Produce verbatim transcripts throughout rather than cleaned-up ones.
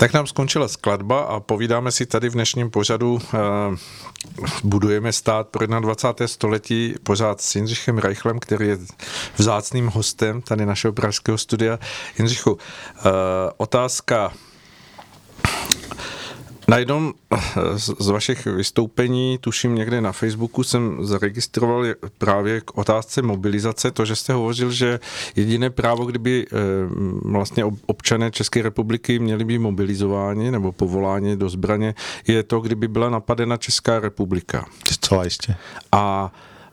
Tak nám skončila skladba a povídáme si tady v dnešním pořadu uh, Budujeme stát pro dvacáté první století pořád s Jindřichem Reichlem, který je vzácným hostem tady našeho pražského studia. Jindřichu, uh, otázka. Na jednom z vašich vystoupení, tuším někde na Facebooku, jsem zaregistroval právě k otázce mobilizace, to, že jste hovořil, že jediné právo, kdyby vlastně občané České republiky měli být mobilizováni nebo povoláni do zbraně, je to, kdyby byla napadena Česká republika. Zcela jistě. A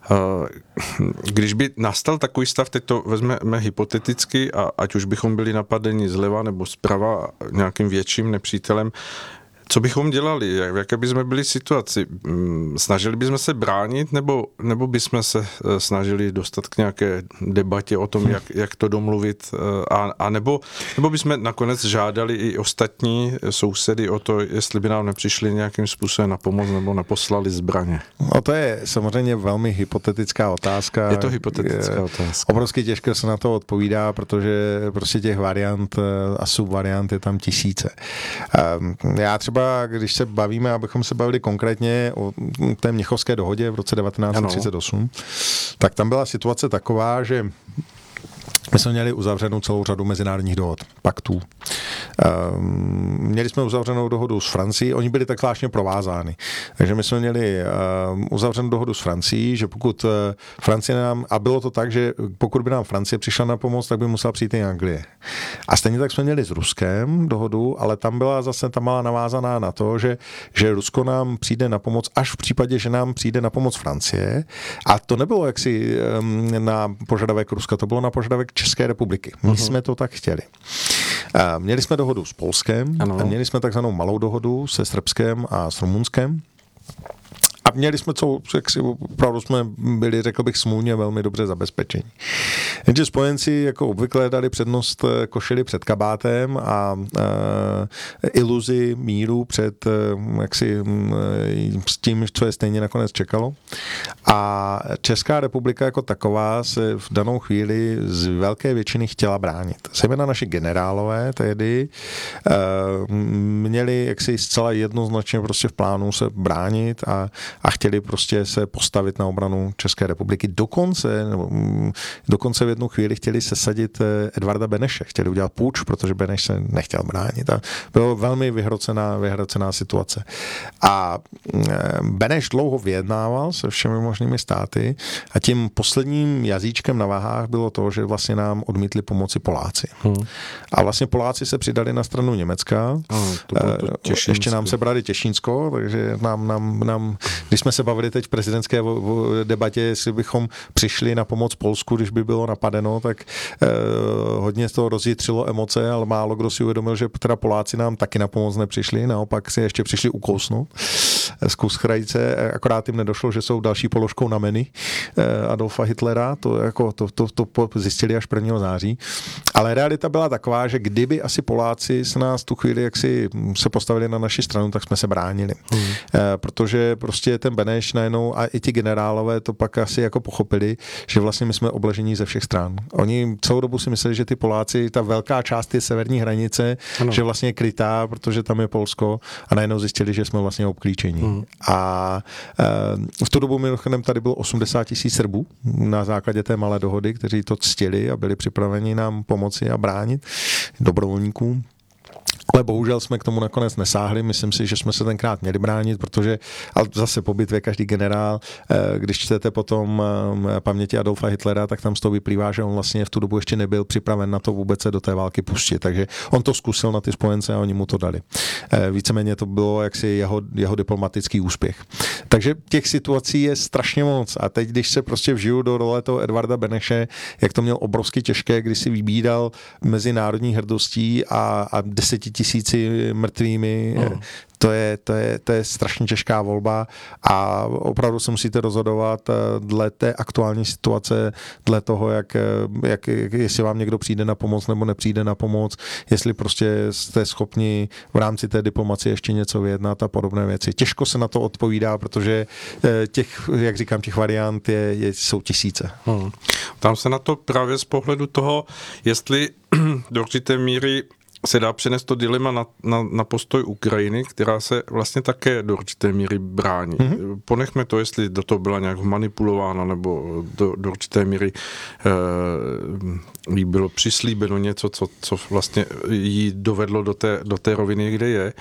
když by nastal takový stav, teď to vezmeme hypoteticky, a ať už bychom byli napadeni zleva nebo zprava nějakým větším nepřítelem, co bychom dělali? Jak, v jaké bychom byli situaci? Snažili bychom se bránit, nebo, nebo bychom se snažili dostat k nějaké debatě o tom, jak, jak to domluvit? A, a nebo, nebo bychom nakonec žádali i ostatní sousedy o to, jestli by nám nepřišli nějakým způsobem na pomoc nebo neposlali zbraně? No to je samozřejmě velmi hypotetická otázka. Je to hypotetická je, otázka. Obrovsky těžko se na to odpovídá, protože prostě těch variant a subvariant je tam tisíce. Já třeba když se bavíme, abychom se bavili konkrétně o té Mnichovské dohodě v roce devatenáct set třicet osm, ano. Tak tam byla situace taková, že my jsme měli uzavřenou celou řadu mezinárodních dohod, paktů. Um, měli jsme uzavřenou dohodu s Francií, oni byli tak zvláštně provázány. Takže my jsme měli um, uzavřenou dohodu s Francií, že pokud uh, Francie nám, a bylo to tak, že pokud by nám Francie přišla na pomoc, tak by musela přijít i Anglie. A stejně tak jsme měli s Ruskem dohodu, ale tam byla zase, tam byla navázaná na to, že, že Rusko nám přijde na pomoc až v případě, že nám přijde na pomoc Francie. A to nebylo jaksi um, na požadavek Ruska, to bylo na požadavek České republiky. My uh-huh. jsme to tak chtěli. A měli jsme dohodu s Polskem, a měli jsme takzvanou malou dohodu se Srbskem a s Rumunskem. A měli jsme, co, jak si opravdu jsme byli, řekl bych, smluvně velmi dobře zabezpečení. Jenže spojenci jako obvykle dali přednost košili před kabátem a e, iluzi míru před jaksi s tím, co je stejně nakonec čekalo. A Česká republika jako taková se v danou chvíli z velké většiny chtěla bránit. Zejména naši generálové tehdy e, měli jaksi zcela jednoznačně prostě v plánu se bránit a a chtěli prostě se postavit na obranu České republiky. Dokonce, nebo, dokonce v jednu chvíli chtěli sesadit Edvarda Beneše. Chtěli udělat půjč, protože Beneš se nechtěl bránit. A byla velmi vyhrocená, vyhrocená situace. A Beneš dlouho vyjednával se všemi možnými státy a tím posledním jazyčkem na váhách bylo to, že vlastně nám odmítli pomoci Poláci. Hmm. A vlastně Poláci se přidali na stranu Německa. Hmm, to to Ještě nám se brali Těšínsko, takže nám, nám, nám když jsme se bavili teď v prezidentské debatě, jestli bychom přišli na pomoc Polsku, když by bylo napadeno, tak eh, hodně z toho rozjitřilo emoce, ale málo kdo si uvědomil, že teda Poláci nám taky na pomoc nepřišli, naopak si ještě přišli ukousnout z kus krajice, akorát jim nedošlo, že jsou další položkou na menu eh, Adolfa Hitlera, to, jako, to, to, to zjistili až prvního září, ale realita byla taková, že kdyby asi Poláci s nás tu chvíli jaksi se postavili na naši stranu, tak jsme se bránili. Hmm. Eh, protože prostě ten Beneš najednou a i ti generálové to pak asi jako pochopili, že vlastně my jsme obležení ze všech stran. Oni celou dobu si mysleli, že ty Poláci, ta velká část ty severní hranice, ano. že vlastně je krytá, protože tam je Polsko a najednou zjistili, že jsme vlastně obklíčení. Hmm. A e, v tu dobu mimochodem tady bylo osmdesát tisíc Srbů na základě té malé dohody, kteří to ctili a byli připraveni nám pomoci a bránit dobrovolníků. Ale bohužel jsme k tomu nakonec nesáhli, myslím si, že jsme se tenkrát měli bránit, protože ale zase po bitvě každý generál, když čtete potom paměti Adolfa Hitlera, tak tam z toho vyplývá, že on vlastně v tu dobu ještě nebyl připraven na to vůbec se do té války pustit, takže on to zkusil na ty spojence a oni mu to dali. Víceméně to bylo jaksi jeho, jeho diplomatický úspěch. Takže těch situací je strašně moc a teď, když se prostě vžiju do role toho Edvarda Beneše, jak to měl obrovsky těžké, když si vybídal mezinárodní hrdostí a, a desetitisíci mrtvými, mm. To je, to, je, to je strašně těžká volba a opravdu se musíte rozhodovat dle té aktuální situace, dle toho, jak, jak, jestli vám někdo přijde na pomoc nebo nepřijde na pomoc, jestli prostě jste schopni v rámci té diplomacie ještě něco vyjednat a podobné věci. Těžko se na to odpovídá, protože těch, jak říkám, těch variant je, je, jsou tisíce. Hmm. Tam se na to právě z pohledu toho, jestli do určité míry se dá přenést to dilema na, na, na postoj Ukrajiny, která se vlastně také do určité míry brání. Mm-hmm. Ponechme to, jestli do toho byla nějak manipulována, nebo do, do určité míry e, jí bylo přislíbeno něco, co, co vlastně jí dovedlo do té, do té roviny, kde je.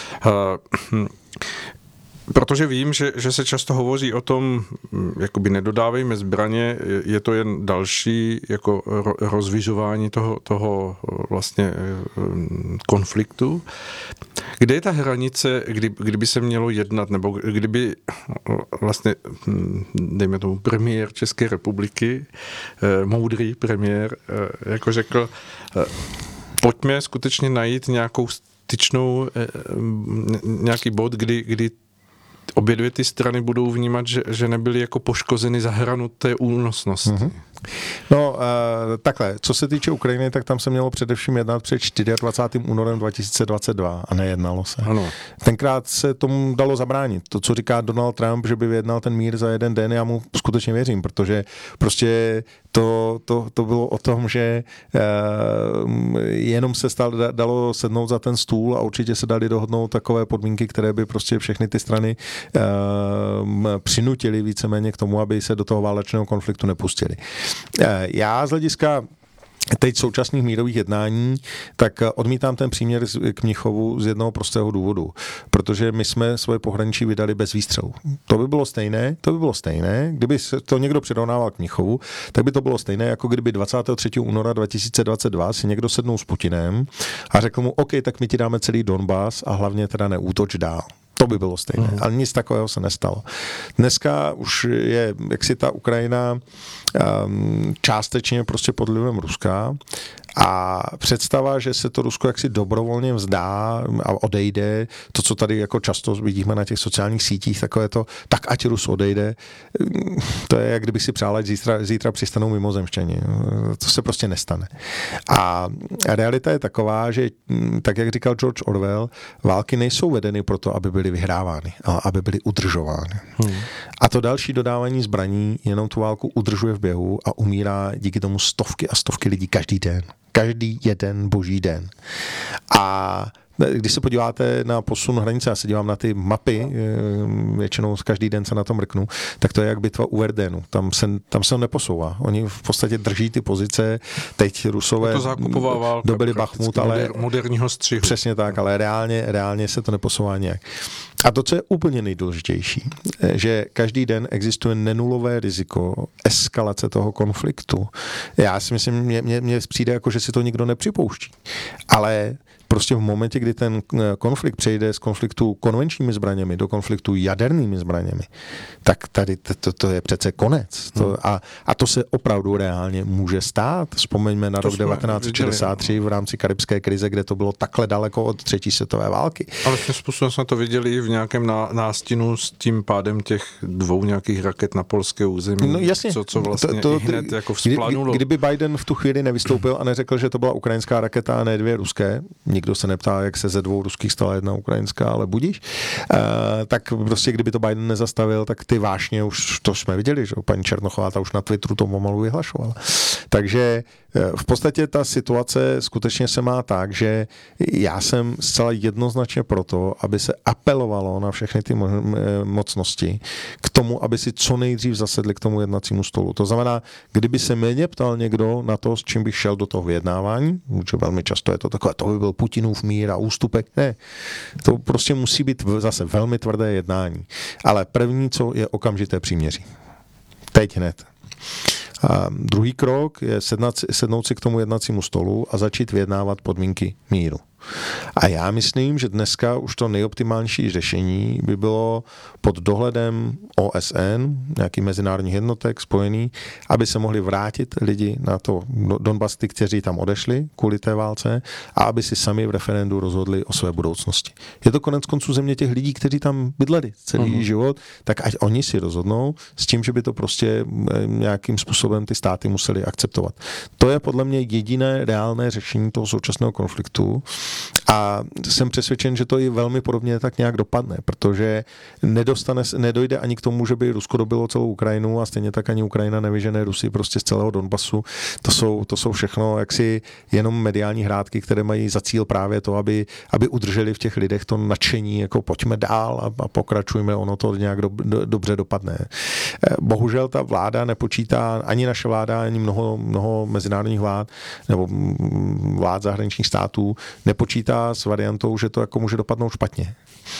E, Protože vím, že, že se často hovoří o tom, jakoby nedodávejme zbraně, je to jen další jako rozvižování toho, toho vlastně konfliktu. Kde je ta hranice, kdy, kdyby se mělo jednat, nebo kdyby vlastně, dejme tomu, premiér České republiky, moudrý premiér, jako řekl, pojďme skutečně najít nějakou styčnou, nějaký bod, kdy, kdy obě dvě ty strany budou vnímat, že, že nebyly jako poškozeny za hranu té únosnosti. Mm-hmm. No, uh, takhle, co se týče Ukrajiny, tak tam se mělo především jednat před dvacátým čtvrtým únorem dva tisíce dvacet dva a nejednalo se. Ano. Tenkrát se tomu dalo zabránit. To, co říká Donald Trump, že by vyjednal ten mír za jeden den, já mu skutečně věřím, protože prostě to, to, to bylo o tom, že uh, jenom se stal, dalo sednout za ten stůl a určitě se dali dohodnout takové podmínky, které by prostě všechny ty strany uh, přinutily víceméně k tomu, aby se do toho válečného konfliktu nepustili. Uh, já z hlediska teď současných mírových jednání, tak odmítám ten příměr k Mnichovu z jednoho prostého důvodu, protože my jsme svoje pohraničí vydali bez výstřelu. To by bylo stejné, to by bylo stejné, kdyby se to někdo přirovnával k Mnichovu, tak by to bylo stejné, jako kdyby dvacátého třetího února dva tisíce dvacet dva si někdo sednul s Putinem a řekl mu, OK, tak my ti dáme celý Donbas a hlavně teda neútoč dál. To by bylo stejné, uh-huh. ale nic takového se nestalo. Dneska už je, jak si ta Ukrajina um, částečně prostě pod vlivem Ruska a představa, že se to Rusko jaksi dobrovolně vzdá a odejde, to, co tady jako často vidíme na těch sociálních sítích, takové to, tak ať Rus odejde, to je, jak kdyby si přál, ať zítra, zítra přistanou mimozemšťani. To se prostě nestane. A realita je taková, že tak, jak říkal George Orwell, války nejsou vedeny proto, aby byly vyhrávány, ale aby byly udržovány. Hmm. A to další dodávání zbraní jenom tu válku udržuje v běhu a umírá díky tomu stovky a stovky lidí každý den. Každý jeden boží den. A když se podíváte na posun hranice, já se dívám na ty mapy, většinou každý den se na tom mrknu, tak to je jak bitva u Verdenu. Tam se, tam se neposouvá. Oni v podstatě drží ty pozice, teď Rusové dobili Bachmut, ale moderního střihu. Přesně tak, ale reálně, reálně se to neposouvá nějak. A to, co je úplně nejdůležitější, že každý den existuje nenulové riziko eskalace toho konfliktu. Já si myslím, mně, mně, mně přijde jako, že si to nikdo nepřipouští. Ale prostě v momentě, kdy ten konflikt přejde z konfliktu konvenčními zbraněmi do konfliktu jadernými zbraněmi, tak tady to, to, to je přece konec. To, a, a to se opravdu reálně může stát. Vzpomeňme na to rok devatenáct set šedesát tři v rámci karibské krize, kde to bylo takhle daleko od třetí světové války. Ale tím způsobem jsme to viděli v nějakém nástinu s tím pádem těch dvou nějakých raket na polské území. No jasně. Co, co vlastně to, to, hned jako vzplanulo. Kdyby Biden v tu chvíli nevystoupil a neřekl, že to byla ukrajinská raketa a ne dvě ruské, nikdo se neptá, jak se ze dvou ruských stala jedna ukrajinská, ale budíš, uh, tak prostě kdyby to Biden nezastavil, tak ty vášně už, to jsme viděli, že paní Černochová ta už na Twitteru to pomalu vyhlašovala. Takže v podstatě ta situace skutečně se má tak, že já jsem zcela jednoznačně proto, aby se apelovalo na všechny ty mocnosti k tomu, aby si co nejdřív zasedli k tomu jednacímu stolu. To znamená, kdyby se mě ptal někdo na to, s čím bych šel do toho vyjednávání, že velmi často je to takové, to by byl Putinův mír a ústupek, ne. To prostě musí být zase velmi tvrdé jednání. Ale první, co je okamžité příměří. Teď hned. A druhý krok je sednout, sednout si k tomu jednacímu stolu a začít vyjednávat podmínky míru. A já myslím, že dneska už to nejoptimálnější řešení by bylo pod dohledem O S N, nějaký mezinárodních jednotek spojený, aby se mohli vrátit lidi na to Donbasy, kteří tam odešli kvůli té válce, a aby si sami v referendu rozhodli o své budoucnosti. Je to konec konců země těch lidí, kteří tam bydleli celý uh-huh. život, tak ať oni si rozhodnou s tím, že by to prostě nějakým způsobem ty státy museli akceptovat. To je podle mě jediné reálné řešení toho současného konfliktu. A jsem přesvědčen, že to i velmi podobně tak nějak dopadne, protože nedostane, nedojde ani k tomu, že by Rusko dobilo celou Ukrajinu a stejně tak ani Ukrajina nevyžene Rusy prostě z celého Donbasu. To jsou, to jsou všechno jaksi jenom mediální hrátky, které mají za cíl právě to, aby, aby udrželi v těch lidech to nadšení, jako pojďme dál a, a pokračujme, ono to nějak do, do, dobře dopadne. Bohužel ta vláda nepočítá, ani naše vláda, ani mnoho, mnoho mezinárodních vlád nebo vlád zahraničních států nepočítá s variantou, že to jako může dopadnout špatně.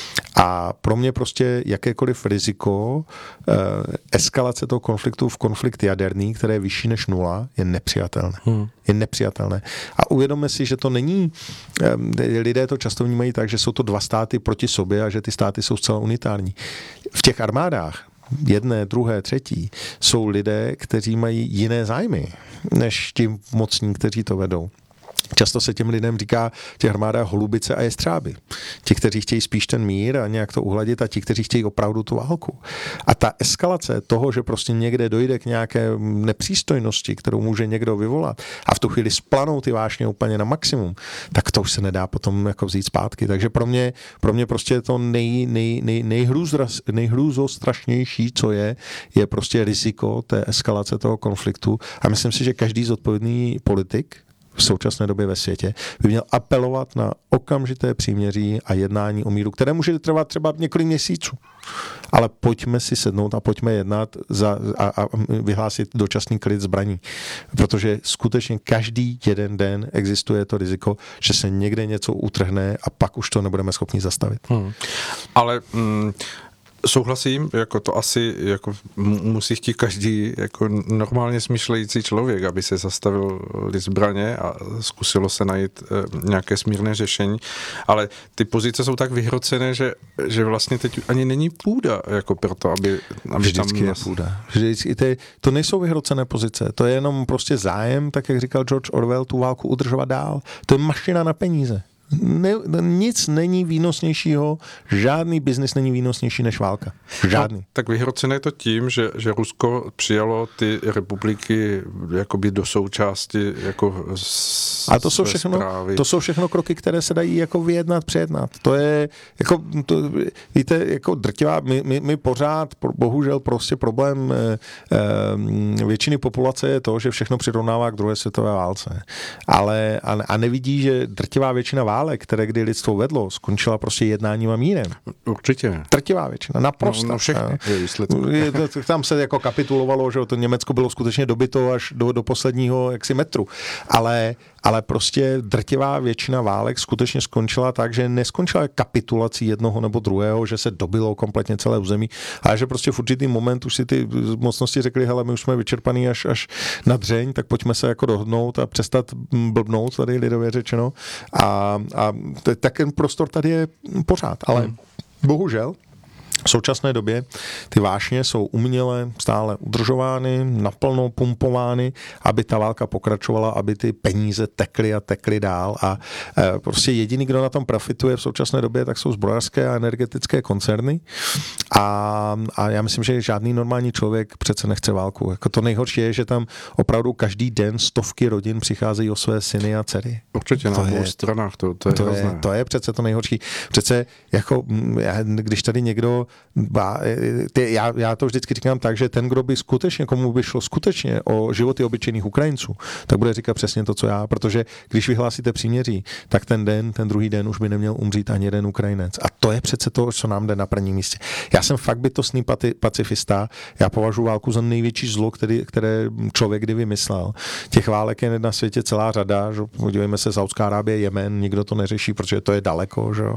A pro mě prostě jakékoliv riziko eh, eskalace toho konfliktu v konflikt jaderný, které je vyšší než nula, je nepřijatelné. Hmm. Je nepřijatelné. A uvědomme si, že to není, eh, lidé to často vnímají tak, že jsou to dva státy proti sobě a že ty státy jsou zcela unitární. V těch armádách jedné, druhé, třetí, jsou lidé, kteří mají jiné zájmy, než ti mocní, kteří to vedou. Často se těm lidem říká v těch armádách holubice a jestřáby. Ti, kteří chtějí spíš ten mír a nějak to uhladit a ti, kteří chtějí opravdu tu válku. A ta eskalace toho, že prostě někde dojde k nějaké nepřístojnosti, kterou může někdo vyvolat a v tu chvíli splanou ty vášně úplně na maximum, tak to už se nedá potom jako vzít zpátky. Takže pro mě, pro mě prostě to nej, nej, nej, nejhrůzras, nejhrůzostrašnější, co je, je prostě riziko té eskalace toho konfliktu. A myslím si, že každý zodpovědný politik v současné době ve světě by měl apelovat na okamžité příměří a jednání o míru, které může trvat třeba několik měsíců. Ale pojďme si sednout a pojďme jednat za, a, a vyhlásit dočasný klid zbraní. Protože skutečně každý jeden den existuje to riziko, že se někde něco utrhne a pak už to nebudeme schopni zastavit. Hmm. Ale... Mm... Souhlasím, jako to asi jako musí chtít každý jako normálně smýšlející člověk, aby se zastavil zbraně a zkusilo se najít e, nějaké smírné řešení, ale ty pozice jsou tak vyhrocené, že, že vlastně teď ani není půda jako proto, aby, aby vždycky tam... je půda. Vždycky ty, to nejsou vyhrocené pozice, to je jenom prostě zájem, tak jak říkal George Orwell, tu válku udržovat dál. To je mašina na peníze. Ne, nic není výnosnějšího, žádný biznis není výnosnější než válka. Žádný. No, tak vyhrocené je to tím, že, že Rusko přijalo ty republiky jakoby do součásti jako a to jsou všechno, to jsou všechno kroky, které se dají jako vyjednat, přejednat. To je jako, to, víte, jako drtivá, my, my, my pořád, bohužel prostě problém eh, eh, většiny populace je to, že všechno přirovnává k druhé světové válce. Ale a, a nevidí, že drtivá většina války, které kdy lidstvo vedlo, skončila prostě jednáním a mírem. Určitě. Trtivá většina, naprosto. No, no všechny. Tam se jako kapitulovalo, že to Německo bylo skutečně dobyto až do, do posledního jaksi metru. Ale, ale prostě drtivá většina válek skutečně skončila tak, že neskončila kapitulací jednoho nebo druhého, že se dobilo kompletně celé území, ale že prostě v určitý moment už si ty mocnosti řekli, hele, my už jsme vyčerpaný až, až na dřeň, tak pojďme se jako dohodnout a přestat blbnout, tady lidově řečeno. A A tak ten prostor tady je pořád, ale hmm. bohužel v současné době ty vášně jsou uměle stále udržovány, naplno pumpovány, aby ta válka pokračovala, aby ty peníze tekly a tekly dál a e, prostě jediný, kdo na tom profituje v současné době, tak jsou zbrojařské a energetické koncerny a, a já myslím, že žádný normální člověk přece nechce válku. Jako to nejhorší je, že tam opravdu každý den stovky rodin přicházejí o své syny a dcery. Určitě na obou stranách, to, to je to je, to je přece to nejhorší. Přece jako, když tady někdo Ty, já, já to vždycky říkám tak, že ten, kdo by skutečně, komu by šlo skutečně o životy obyčejných Ukrajinců, tak bude říkat přesně to, co já, protože když vyhlásíte příměří, tak ten den, ten druhý den už by neměl umřít ani jeden Ukrajinec. A to je přece to, co nám jde na prvním místě. Já jsem fakt bytostný pacifista, já považuji válku za největší zlo, který, které člověk kdy vymyslel. Těch válek je na světě celá řada, že? Podívejme se, Saudská Arábie, Jemen, nikdo to neřeší, protože to je daleko, že?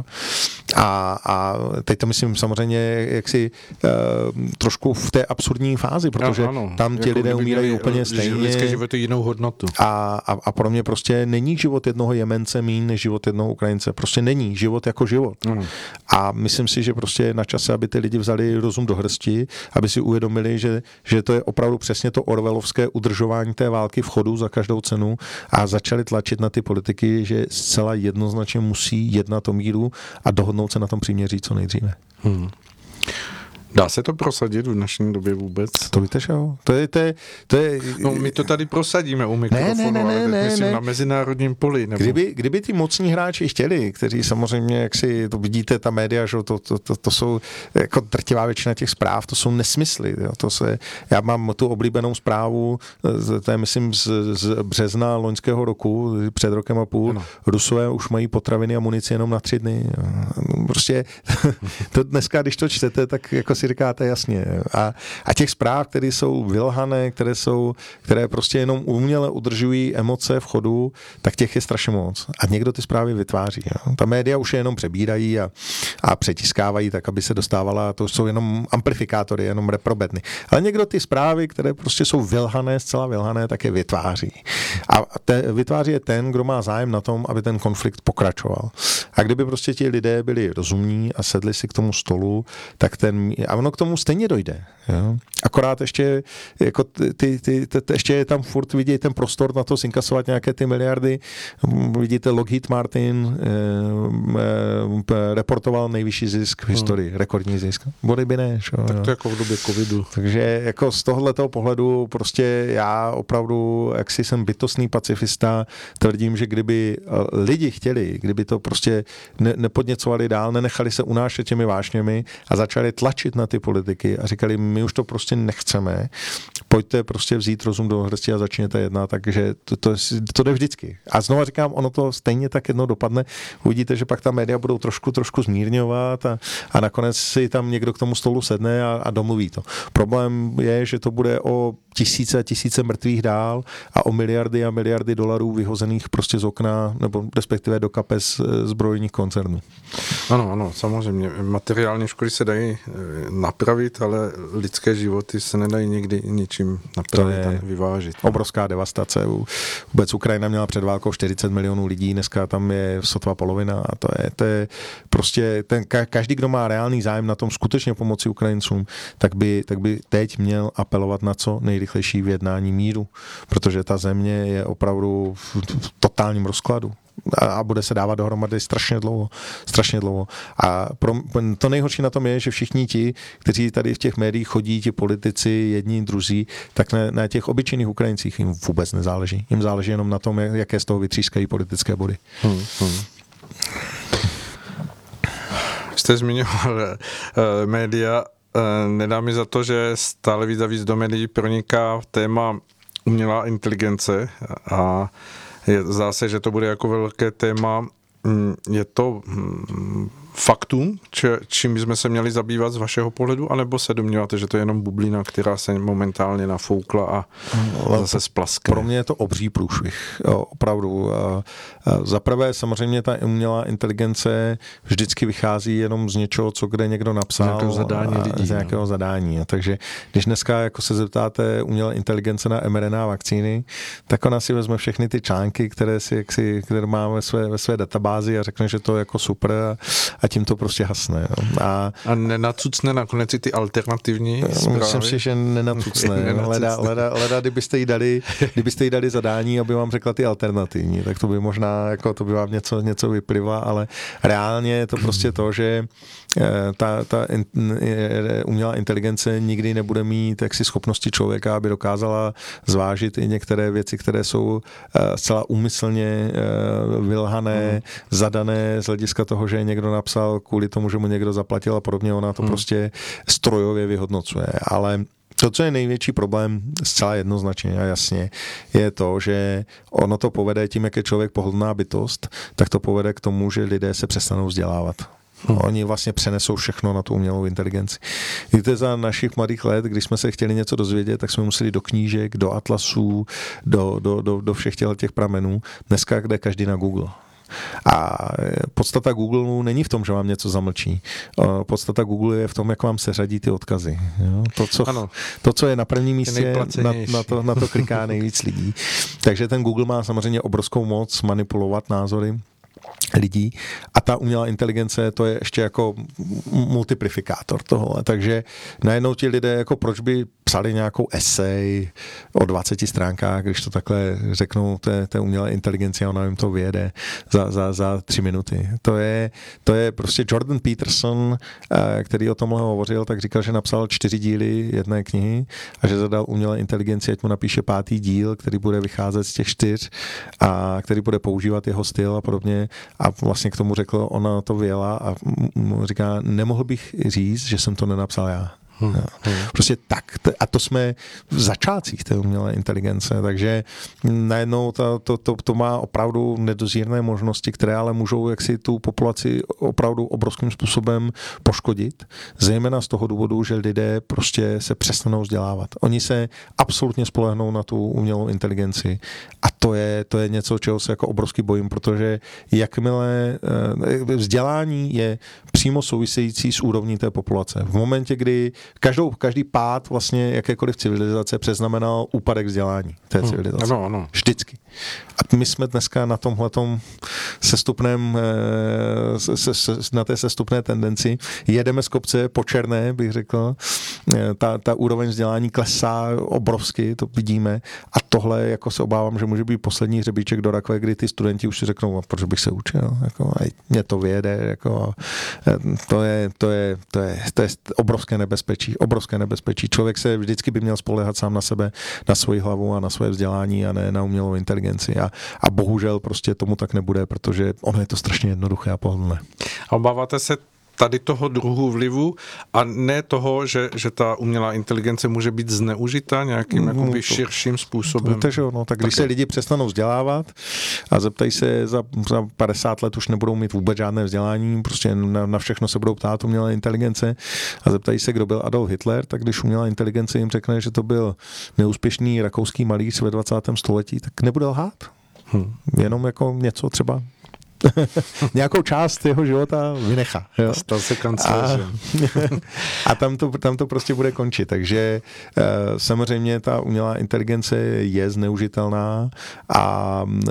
A, a teď to myslím samozřejmě jaksi uh, trošku v té absurdní fázi, protože ano, ano. tam ti jako lidé umírají úplně stejně. Lidské životy jinou hodnotu. A, a, a pro mě prostě není život jednoho Jemence míň než život jednoho Ukrajince. Prostě není život jako život. Ano. A myslím si, že prostě je na čase, aby ty lidi vzali rozum do hrsti, aby si uvědomili, že, že to je opravdu přesně to orwellovské udržování té války v chodu za každou cenu a začali tlačit na ty politiky, že zcela jednoznačně musí jednat o míru a dohodnout se na tom příměří co nejdříve. Hmm. Dá se to prosadit v dnešní době vůbec? To víte, že jo? To je, to je, to je... No, my to tady prosadíme u mikrofonu, ne, ne, ne, ale ne, myslím ne. na mezinárodním poli. Nebo... Kdyby, kdyby ty mocní hráči chtěli, kteří samozřejmě, jak si to vidíte, ta média, že to, to, to, to jsou jako drtivá většina těch zpráv, to jsou nesmysly. Jo? To se, já mám tu oblíbenou zprávu, to je myslím z, z března loňského roku, před rokem a půl, ano. Rusové už mají potraviny a munici jenom na tři dny. Prostě to dneska, když to čtete, tak jako si říkáte jasně. A, a těch zpráv, které jsou vylhané, které jsou, které prostě jenom uměle udržují emoce v chodu, tak těch je strašně moc. A někdo ty zprávy vytváří. Jo. Ta média už je jenom přebírají a, a přetiskávají tak, aby se dostávala, to jsou jenom amplifikátory, jenom reprobetny. Ale někdo ty zprávy, které prostě jsou vylhané, zcela vylhané, tak je vytváří. A te, vytváří je ten, kdo má zájem na tom, aby ten konflikt pokračoval. A kdyby prostě ti lidé byli rozumní a sedli si k tomu stolu, tak ten, a ono k tomu stejně dojde. Jo? Akorát ještě, jako ty, ty, ty, ty, ještě je tam furt vidět ten prostor na to zinkasovat nějaké ty miliardy. Vidíte, Lockheed Martin eh, eh, reportoval nejvyšší zisk v historii, hmm. rekordní zisk. Body by ne. Šo, tak to jako v době covidu. Takže jako z tohohletoho pohledu prostě já opravdu, jak si jsem bytostný pacifista, tvrdím, že kdyby lidi chtěli, kdyby to prostě ne, nepodněcovali dál, nenechali se unášet těmi vášněmi a začali tlačit na ty politiky a říkali, my už to prostě nechceme, pojďte prostě vzít rozum do hrsti a začněte jednat, takže to, to, to jde vždycky. A znovu říkám, ono to stejně tak jednou dopadne, uvidíte, že pak ta média budou trošku, trošku zmírňovat a, a nakonec si tam někdo k tomu stolu sedne a, a domluví to. Problém je, že to bude o tisíce a tisíce mrtvých dál a o miliardy a miliardy dolarů vyhozených prostě z okna nebo respektive do kapes zbrojních koncernů. Ano, ano, samozřejmě. Materiální škody se dají napravit, ale lidské životy se nedají nikdy ničím napravit a vyvážit. Obrovská devastace. Vůbec Ukrajina měla před válkou čtyřicet milionů lidí, dneska tam je sotva polovina a to je, to je prostě ten, každý, kdo má reálný zájem na tom skutečně pomoci Ukrajincům, tak by, tak by teď měl apelovat na co nejrychlejší vyjednání míru, protože ta země je opravdu v, v totálním rozkladu. A bude se dávat dohromady strašně dlouho, strašně dlouho. A pro, to nejhorší na tom je, že všichni ti, kteří tady v těch médiích chodí, ti politici, jedni, druzí, tak na, na těch obyčejných Ukrajincích jim vůbec nezáleží. Jim záleží jenom na tom, jaké z toho vytřískají politické body. Hmm, hmm. Jste zmiňoval uh, média. Uh, nedá mi za to, že stále víc a víc do médií proniká téma umělá inteligence a je, zdá se, že to bude jako velké téma. Je to faktum, či, čím bychom se měli zabývat z vašeho pohledu, anebo se domníváte, že to je jenom bublina, která se momentálně nafoukla a ale zase splaskne? Pro mě je to obří průšvih, opravdu. Za prvé samozřejmě ta umělá inteligence vždycky vychází jenom z něčeho, co kde někdo napsal. Z nějakého zadání lidí. Z nějakého no. zadání. Takže když dneska jako se zeptáte umělé inteligence na em er en á vakcíny, tak ona si vezme všechny ty články, které, si, jak si, které má ve své, ve své databázi a řekne, že to je jako super a, a tím to prostě hasne. Jo. A, a nenacucne nakonec i ty alternativní zprávy? Myslím si, že nenacucne. leda, leda, leda, kdybyste jí dali, kdybyste jí dali zadání, aby vám řekla ty alternativní, tak to by možná, jako to by vám něco, něco vyplivá, ale reálně je to prostě to, že ta, ta in, umělá inteligence nikdy nebude mít jaksi schopnosti člověka, aby dokázala zvážit i některé věci, které jsou zcela úmyslně vylhané, hmm. zadané z hlediska toho, že někdo napsal kvůli tomu, že mu někdo zaplatil a podobně, ona to hmm. prostě strojově vyhodnocuje. Ale to, co je největší problém, zcela jednoznačně a jasně, je to, že ono to povede tím, jak je člověk pohodlná bytost, tak to povede k tomu, že lidé se přestanou vzdělávat. Hmm. Oni vlastně přenesou všechno na tu umělou inteligenci. Víte, za našich mladých let, když jsme se chtěli něco dozvědět, tak jsme museli do knížek, do atlasů, do, do, do, do všech těch pramenů. Dneska jde každý na Google. A podstata Google není v tom, že vám něco zamlčí. Podstata Google je v tom, jak vám seřadí ty odkazy. Jo? To, co, to, co je na prvním místě, na, na, to, na to kliká nejvíc lidí. Takže ten Google má samozřejmě obrovskou moc manipulovat názory lidí a ta umělá inteligence, to je ještě jako multiplikátor tohohle, takže najednou ti lidé, jako proč by psali nějakou esej o dvaceti stránkách, když to takhle řeknou té, té umělé inteligenci a ona jim to vyjede za, za, za tři minuty. To je, to je prostě Jordan Peterson, který o tomhle hovořil, tak říkal, že napsal čtyři díly jedné knihy a že zadal umělé inteligenci, ať mu napíše pátý díl, který bude vycházet z těch čtyř a který bude používat jeho styl a podobně. A vlastně k tomu řekl, ona to vyjela a říká, nemohl bych říct, že jsem to nenapsal já. Hmm, hmm. Prostě tak. A to jsme v začátcích té umělé inteligence, takže najednou to, to, to, to má opravdu nedozírné možnosti, které ale můžou jaksi tu populaci opravdu obrovským způsobem poškodit, zejména z toho důvodu, že lidé prostě se přestanou vzdělávat. Oni se absolutně spolehnou na tu umělou inteligenci a to je, to je něco, čeho se jako obrovsky bojím, protože jakmile vzdělání je přímo související s úrovní té populace. V momentě, kdy Každou, každý pád vlastně jakékoliv civilizace přeznamenal úpadek vzdělání té civilizace. Ano, ano. Vždycky. A my jsme dneska na tomhletom sestupném, se, se, na té sestupné tendenci. Jedeme z kopce po černé, bych řekl. Ta, ta úroveň vzdělání klesá obrovsky, to vidíme. A tohle jako se obávám, že může být poslední hřebíček do rakve, kdy ty studenti už si řeknou, a proč bych se učil? Jako, a mě to vyjede. Jako, to, je, to, je, to, je, to je obrovské nebezpečí. Obrovské nebezpečí. Člověk se vždycky by měl spoléhat sám na sebe, na svoji hlavu a na svoje vzdělání a ne na umělou inteligenci. A, a bohužel prostě tomu tak nebude, protože ono je to strašně jednoduché a pohodlné. A obáváte se tady toho druhu vlivu a ne toho, že, že ta umělá inteligence může být zneužita nějakým no, to, širším způsobem. To, to, no, tak když tak se lidi přestanou vzdělávat a zeptají se, za, za padesát let už nebudou mít vůbec žádné vzdělání, prostě na, na všechno se budou ptát umělé inteligence a zeptají se, kdo byl Adolf Hitler, tak když umělá inteligence jim řekne, že to byl neúspěšný rakouský malíř ve dvacátém století, tak nebude lhát. Hmm. Jenom jako něco třeba nějakou část jeho života vynechá. Jo? Stal se kancléřem. A, a tam, to, tam to prostě bude končit. Takže e, samozřejmě ta umělá inteligence je zneužitelná a e,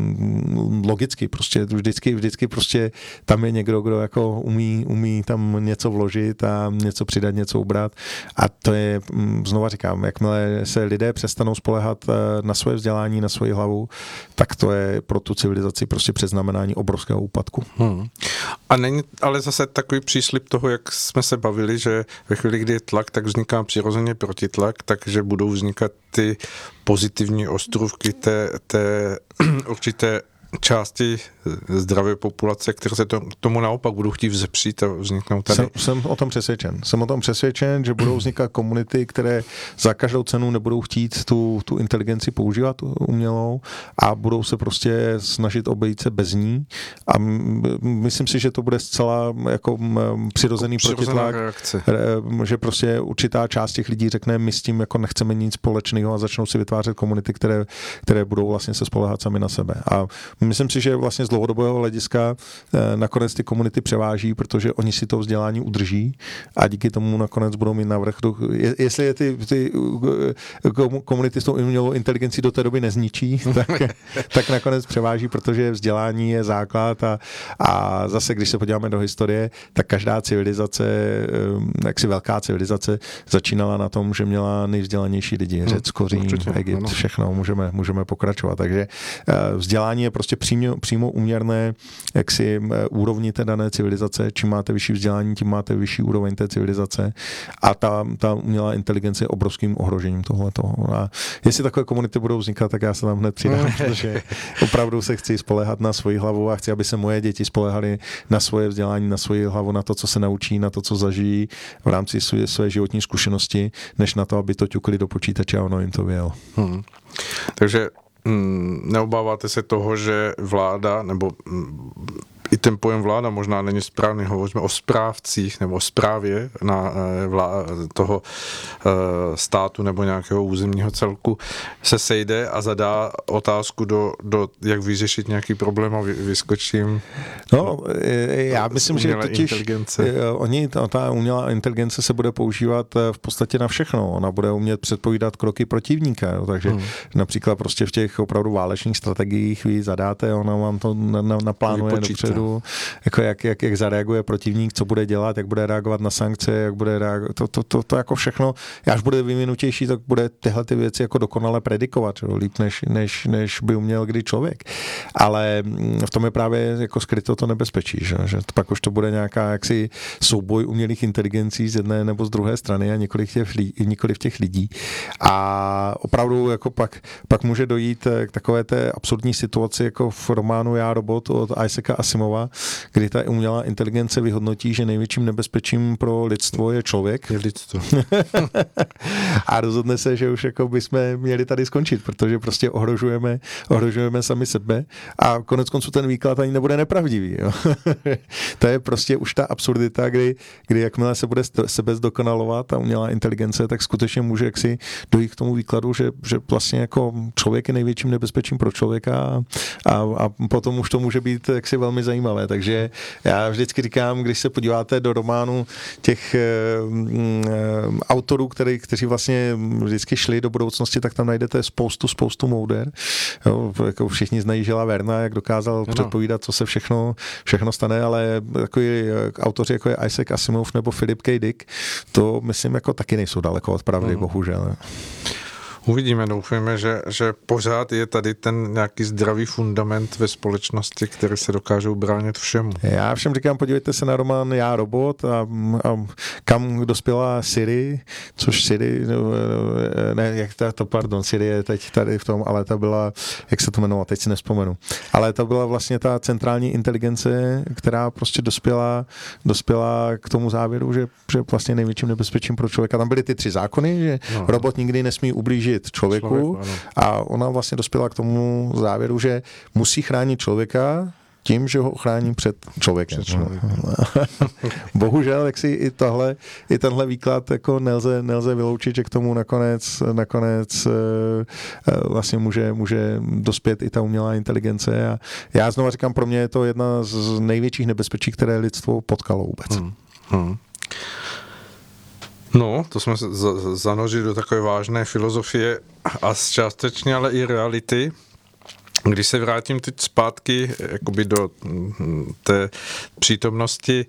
logicky prostě vždycky, vždycky prostě tam je někdo, kdo jako umí, umí tam něco vložit a něco přidat, něco ubrat. A to je, znova říkám, jakmile se lidé přestanou spoléhat na svoje vzdělání, na svoji hlavu, tak to je pro tu civilizaci prostě předznamenání obrovského úpadku. Hmm. A není ale zase takový příslib toho, jak jsme se bavili, že ve chvíli, kdy je tlak, tak vzniká přirozeně protitlak, takže budou vznikat ty pozitivní ostrůvky té, té určité části zdravé populace, které se to, tomu naopak budou chtít vzepřít a vzniknou tady. Jsem, jsem o tom přesvědčen. Jsem o tom přesvědčen, že budou vznikat komunity, které za každou cenu nebudou chtít tu, tu inteligenci používat tu umělou a budou se prostě snažit obejít se bez ní a myslím si, že to bude zcela jako přirozený jako protitlak, reakce. Že prostě určitá část těch lidí řekne, my s tím jako nechceme nic společného a začnou si vytvářet komunity, které, které budou vlastně se spoléhat sami na sebe. A myslím si, že vlastně z dlouhodobého hlediska nakonec ty komunity převáží, protože oni si to vzdělání udrží a díky tomu nakonec budou mít navrch. Jestli je ty, ty komunity s tou umělou inteligencí do té doby nezničí, tak, tak nakonec převáží, protože vzdělání je základ a, a zase, když se podíváme do historie, tak každá civilizace, jaksi velká civilizace, začínala na tom, že měla nejvzdělanější lidi. Řecko, Řím, Egypt, všechno, můžeme, můžeme pokračovat. Takže vzdělání je prostě přímo, přímo úměrné jaksi úrovni té dané civilizace. Čím máte vyšší vzdělání, tím máte vyšší úroveň té civilizace a ta, ta umělá inteligence je obrovským ohrožením tohletoho. A jestli takové komunity budou vznikat, tak já se tam hned přidám, protože opravdu se chci spoléhat na svoji hlavu a chci, aby se moje děti spoléhaly na svoje vzdělání, na svoji hlavu, na to, co se naučí, na to, co zažijí v rámci své, své životní zkušenosti, než na to, aby to ťukli do počítače a ono jim to vyjelo. Hmm. Takže Hmm, neobáváte se toho, že vláda, nebo i ten pojem vláda možná není správný, hovoříme o správcích nebo o správě na vlá, toho státu nebo nějakého územního celku se sejde a zadá otázku do, do jak vyřešit nějaký problém a vyskočím. No, já myslím, že totiž oni, ta, ta umělá inteligence se bude používat v podstatě na všechno. Ona bude umět předpovídat kroky protivníka, jo, takže hmm. například prostě v těch opravdu válečných strategiích vy zadáte, ona vám to naplánuje dopředu. dopředu, jako jak, jak, jak zareaguje protivník, co bude dělat, jak bude reagovat na sankce, jak bude reagovat, to, to, to, to jako všechno, až bude vyvinutější, tak bude tyhle ty věci jako dokonale predikovat, jo, líp než, než, než by uměl kdy člověk. Ale v tom je právě jako skryto to nebezpečí, že, že pak už to bude nějaká jaksi souboj umělých inteligencí z jedné nebo z druhé strany a několik těch, několik těch lidí. A opravdu jako pak, pak může dojít k takové té absurdní situaci jako v románu Já robot od Isaaca Asimova, kdy ta umělá inteligence vyhodnotí, že největším nebezpečím pro lidstvo je člověk. Je lidstvo. A rozhodne se, že už jako bychom měli tady skončit, protože prostě ohrožujeme, ohrožujeme sami sebe a konec konců ten výklad ani nebude nepravdivý. Jo. To je prostě už ta absurdita, kdy, kdy jakmile se bude sebe zdokonalovat ta umělá inteligence, tak skutečně může jaksi dojít k tomu výkladu, že, že vlastně jako člověk je největším nebezpečím pro člověka a, a potom už to může být jaksi velmi zajímavé. Takže já vždycky říkám, když se podíváte do románu těch um, autorů, který, kteří vlastně vždycky šli do budoucnosti, tak tam najdete spoustu, spoustu mouder. Jo, jako všichni znají Žila Verna, jak dokázal no. předpovídat, co se všechno, všechno stane, ale takový autoři, jako je Isaac Asimov nebo Philip K. Dick, to myslím, jako taky nejsou daleko od pravdy, no. bohužel. Uvidíme, doufujeme, že, že pořád je tady ten nějaký zdravý fundament ve společnosti, který se dokážou bránit všemu. Já všem říkám, podívejte se na román Já robot a, a kam dospěla Siri, což Siri, ne, jak to, to, pardon, Siri je teď tady v tom, ale ta byla, jak se to jmenovalo, teď si nespomenu, ale ta byla vlastně ta centrální inteligence, která prostě dospěla, dospěla k tomu závěru, že, že vlastně největším nebezpečím pro člověka. Tam byly ty tři zákony, že no. robot nikdy nesmí ublížit člověku, člověku a ona vlastně dospěla k tomu závěru, že musí chránit člověka tím, že ho chrání před člověkem. Před člověkem. Bohužel, jak si i tohle, i tenhle výklad jako nelze, nelze vyloučit, že k tomu nakonec, nakonec vlastně může, může dospět i ta umělá inteligence a já znovu říkám, pro mě je to jedna z největších nebezpečí, které lidstvo potkalo vůbec. Hmm. Hmm. No, to jsme zanořili do takové vážné filozofie a částečně ale i reality. Když se vrátím teď zpátky jakoby do té přítomnosti,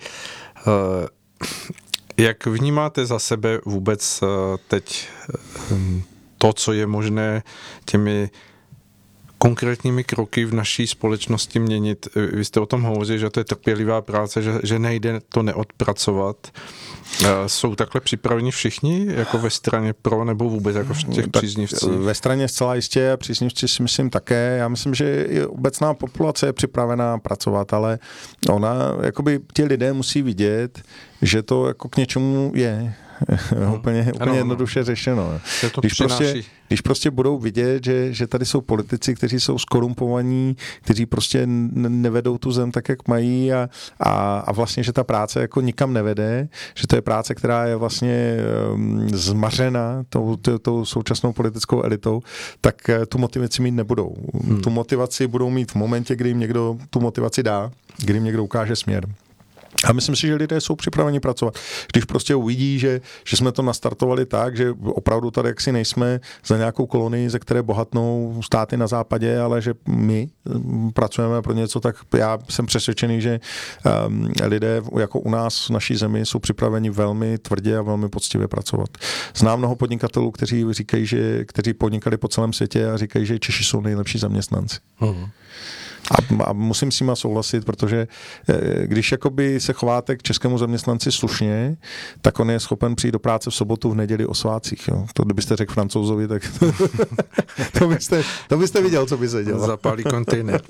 jak vnímáte za sebe vůbec teď to, co je možné těmi konkrétními kroky v naší společnosti měnit? Vy jste o tom hovořili, že to je trpělivá práce, že, že nejde to neodpracovat. Jsou takhle připraveni všichni, jako ve straně pro, nebo vůbec jako v těch příznivcích? Ve straně zcela jistě a příznivci si myslím také. Já myslím, že i obecná populace je připravená pracovat, ale ona, jakoby ti lidé musí vidět, že to jako k něčemu je. Hmm. úplně úplně ano, jednoduše řešeno. Když prostě, když prostě budou vidět, že, že tady jsou politici, kteří jsou skorumpovaní, kteří prostě nevedou tu zem tak, jak mají a, a, a vlastně, že ta práce jako nikam nevede, že to je práce, která je vlastně um, zmařena tou, tou, tou současnou politickou elitou, tak tu motivaci mít nebudou. Hmm. Tu motivaci budou mít v momentě, kdy jim někdo tu motivaci dá, kdy jim někdo ukáže směr. A myslím si, že lidé jsou připraveni pracovat. Když prostě uvidí, že, že jsme to nastartovali tak, že opravdu tady jaksi nejsme za nějakou kolonii, ze které bohatnou státy na západě, ale že my pracujeme pro něco, tak já jsem přesvědčený, že um, lidé jako u nás v naší zemi jsou připraveni velmi tvrdě a velmi poctivě pracovat. Znám mnoho podnikatelů, kteří říkají, že kteří podnikali po celém světě a říkají, že Češi jsou nejlepší zaměstnanci. Uh-huh. A, a musím s nima souhlasit, protože když jakoby se chováte k českému zaměstnanci slušně, tak on je schopen přijít do práce v sobotu, v neděli o svátcích. Jo. To kdybyste řekl Francouzovi, tak to, byste, to byste viděl, co by se dělo. Zapálí kontejner.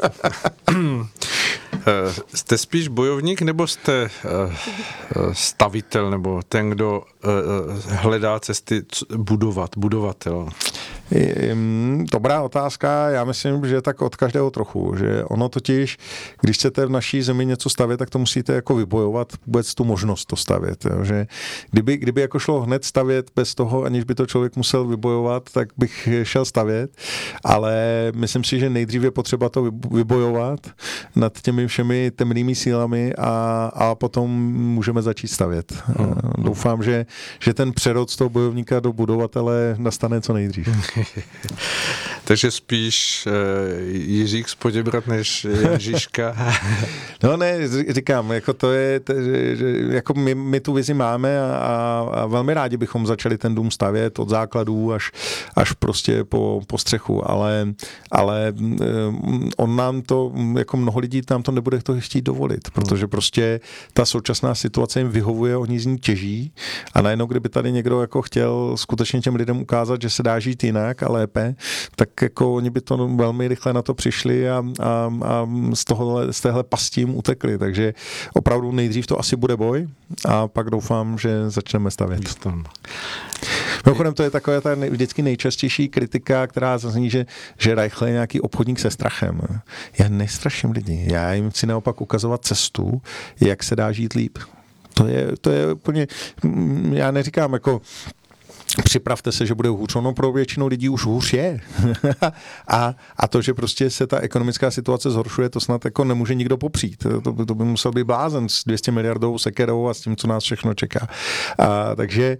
Jste spíš bojovník, nebo jste stavitel, nebo ten, kdo hledá cesty budovat, budovatel? Dobrá otázka, já myslím, že tak od každého trochu, že ono totiž, když chcete v naší zemi něco stavět, tak to musíte jako vybojovat vůbec tu možnost to stavět, jo? Že kdyby, kdyby jako šlo hned stavět bez toho, aniž by to člověk musel vybojovat, tak bych šel stavět, ale myslím si, že nejdřív je potřeba to vybojovat nad těmi všemi temnými sílami a, a potom můžeme začít stavět. Hmm. Doufám, že, že ten přerod z toho bojovníka do budovatele nastane co nejdřív. Takže spíš uh, Jiřík z Poděbrad než Žižka. No ne, říkám, jako to je, to, že, že, jako my, my tu vizi máme a, a, a velmi rádi bychom začali ten dům stavět od základů až, až prostě po, po střechu, ale, ale on nám to, jako mnoho lidí nám to nebude to chtít dovolit, protože prostě ta současná situace jim vyhovuje, oni z ní těží a najednou, kdyby tady někdo jako chtěl skutečně těm lidem ukázat, že se dá žít jinak a lépe, tak jako oni by to velmi rychle na to přišli a, a, a z, tohohle, z téhle pasti jim utekli, takže opravdu nejdřív to asi bude boj a pak doufám, že začneme stavět. Mimochodem, to je taková ta vždycky nejčastější kritika, která zazní, že, že Reichl je nějaký obchodník se strachem. Já nestraším lidi, já jim chci naopak ukazovat cestu, jak se dá žít líp. To je, to je úplně, já neříkám jako připravte se, že bude hůř, ono pro většinu lidí už hůř je. a, a to, že prostě se ta ekonomická situace zhoršuje, to snad jako nemůže nikdo popřít. To, to, to by musel být blázen s dvě stě miliardovou sekerou a s tím, co nás všechno čeká. A, takže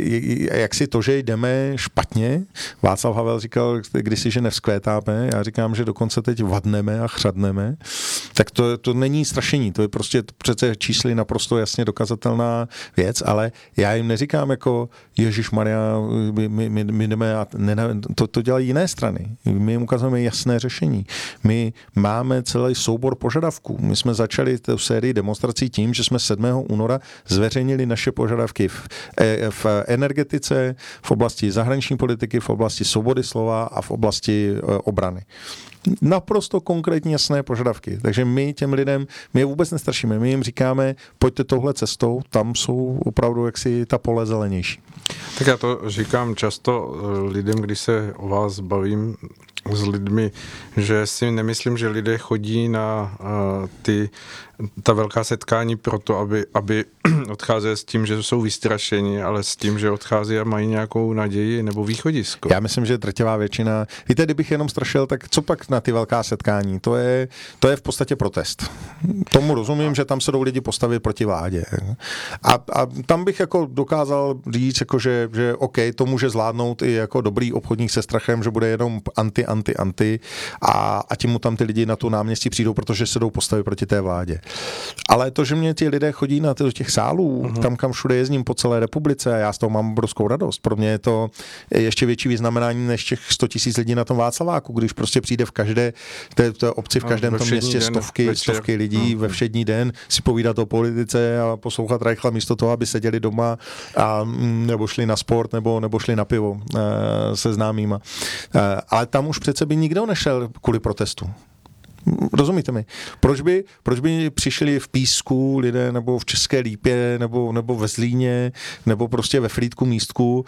jak si to, že jdeme špatně, Václav Havel říkal kdysi, že nevzkvétáme, já říkám, že dokonce teď vadneme a chřadneme, tak to, to není strašení, to je prostě přece čísly naprosto jasně dokazatelná věc, ale já jim neříkám jako Ježišmarja, my, my, my, my jdeme a ne, to, to dělají jiné strany. My jim ukazujeme jasné řešení. My máme celý soubor požadavků. My jsme začali tu sérii demonstrací tím, že jsme sedmého února zveřejnili naše požadavky v, v energetice, v oblasti zahraniční politiky, v oblasti svobody slova a v oblasti obrany. Naprosto konkrétní jasné požadavky. Takže my těm lidem, my je vůbec nestrašíme. My jim říkáme, pojďte touhle cestou, tam jsou opravdu jaksi ta pole zelenější. Tak já to říkám často lidem, když se o vás bavím s lidmi, že si nemyslím, že lidé chodí na uh, ty, ta velká setkání proto, aby, aby odcházeli s tím, že jsou vystrašeni, ale s tím, že odchází a mají nějakou naději nebo východisko. Já myslím, že drtivá většina, víte, kdybych jenom strašil, tak co pak na ty velká setkání? To je, to je v podstatě protest. Tomu rozumím, že tam se jdou lidi postavit proti vládě. A, a tam bych jako dokázal říct, jako že, že OK, to může zvládnout i jako dobrý obchodník se strachem, že bude jenom anti, anti, anti a, a tím mu tam ty lidi na tu náměstí přijdou, protože se jdou postavit proti té vládě. Ale to, že mě ti lidé chodí na těch sálů, uh-huh. tam, kam všude jezdím po celé republice a já z toho mám obrovskou radost. Pro mě je to ještě větší vyznamenání než těch sto tisíc lidí na tom Václaváku, když prostě přijde v každé té, té obci, v každém tom městě stovky, den, stovky lidí uh-huh. ve všední den si povídat o politice a poslouchat Reichla místo toho, aby seděli doma a nebo šli na sport, nebo, nebo šli na pivo se známýma. Ale tam už přece by nikdo nešel kvůli protestu. Rozumíte mi? Proč by, proč by přišli v Písku lidé, nebo v České Lípě, nebo, nebo ve Zlíně, nebo prostě ve Frýdku místku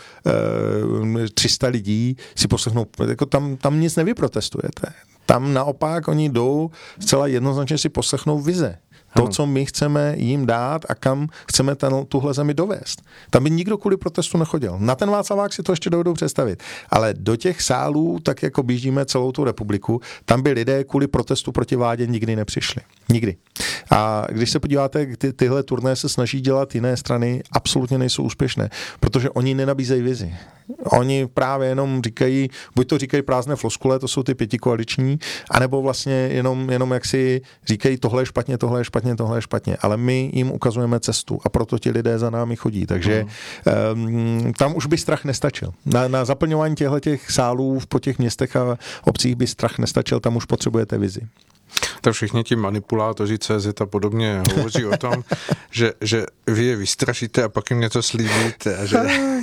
e, tři sta lidí si poslechnou, jako tam, tam nic nevyprotestujete. Tam naopak oni jdou zcela jednoznačně si poslechnou vize. To, co my chceme jim dát a kam chceme ten, tuhle zemi dovést. Tam by nikdo kvůli protestu nechodil. Na ten Václavák si to ještě dojdou představit. Ale do těch sálů, tak jako běžíme celou tu republiku, tam by lidé kvůli protestu proti vládě nikdy nepřišli. Nikdy. A když se podíváte, ty, tyhle turné se snaží dělat jiné strany, absolutně nejsou úspěšné, protože oni nenabízejí vizi. Oni právě jenom říkají, buď to říkají prázdné floskule, to jsou ty pětikoaliční, anebo vlastně jenom, jenom jak si říkají tohle je špatně, tohle je špatně, tohle je špatně, ale my jim ukazujeme cestu a proto ti lidé za námi chodí, takže um, tam už by strach nestačil. Na, na zaplňování těchto těch sálů po těch městech a obcích by strach nestačil, tam už potřebujete vizi. Tak všichni ti manipulátoři C Z a podobně hovoří o tom, že, že vy je vystrašíte a pak jim něco slíbíte. A že...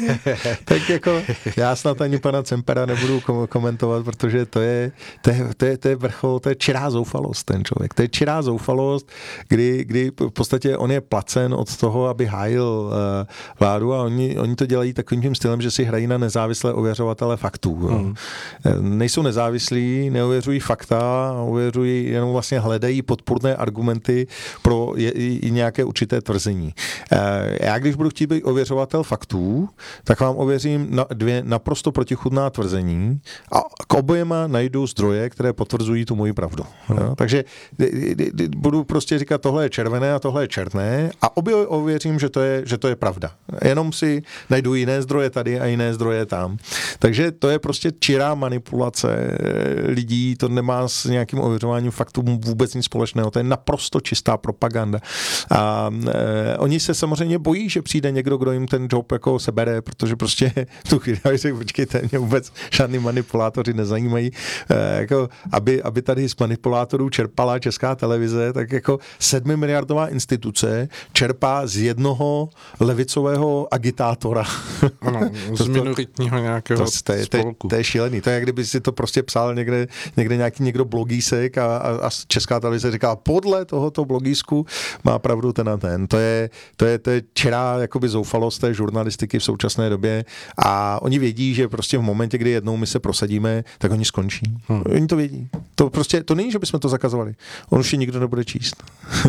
Tak jako já snad ani pana Cempera nebudu komentovat, protože to je, to je, to je, to je vrchol, to je čirá zoufalost ten člověk. To je čirá zoufalost, kdy, kdy v podstatě on je placen od toho, aby hájil uh, vládu a oni, oni to dělají takovým tím stylem, že si hrají na nezávislé ověřovatele faktů. Mm. Nejsou nezávislí, neověřují fakta, ověřují jenom vlastně hledají podpůrné argumenty pro je, i nějaké určité tvrzení. Já když budu chtít být ověřovatel faktů, tak vám ověřím na dvě naprosto protichůdná tvrzení a k obojema najdu zdroje, které potvrzují tu moji pravdu. Jo? Takže budu prostě říkat, tohle je červené a tohle je černé a obě ověřím, že to je, že to je pravda. Jenom si najdu jiné zdroje tady a jiné zdroje tam. Takže to je prostě čirá manipulace lidí, to nemá s nějakým ověřováním faktů vůbec nic společného, to je naprosto čistá propaganda. A e, oni se samozřejmě bojí, že přijde někdo, kdo jim ten job jako sebere, protože prostě tu chvíli, si počkejte, mě vůbec žádný manipulátoři nezajímají. E, jako, aby, aby tady z manipulátorů čerpala Česká televize, tak jako sedmimiliardová instituce čerpá z jednoho levicového agitátora. Ano, z minoritního nějakého to, to, je, to, je, to je šílený. To je, jak kdyby si to prostě psal někde, někde nějaký někdo blogísek a, a, a Česká televize říká, podle tohoto blogísku má pravdu ten a ten. To je, to je, to je čirá jakoby zoufalost té žurnalistiky v současné době a oni vědí, že prostě v momentě, kdy jednou my se prosadíme, tak oni skončí. Hmm. Oni to vědí. To prostě, to není, že bychom to zakazovali. On už je nikdo nebude číst.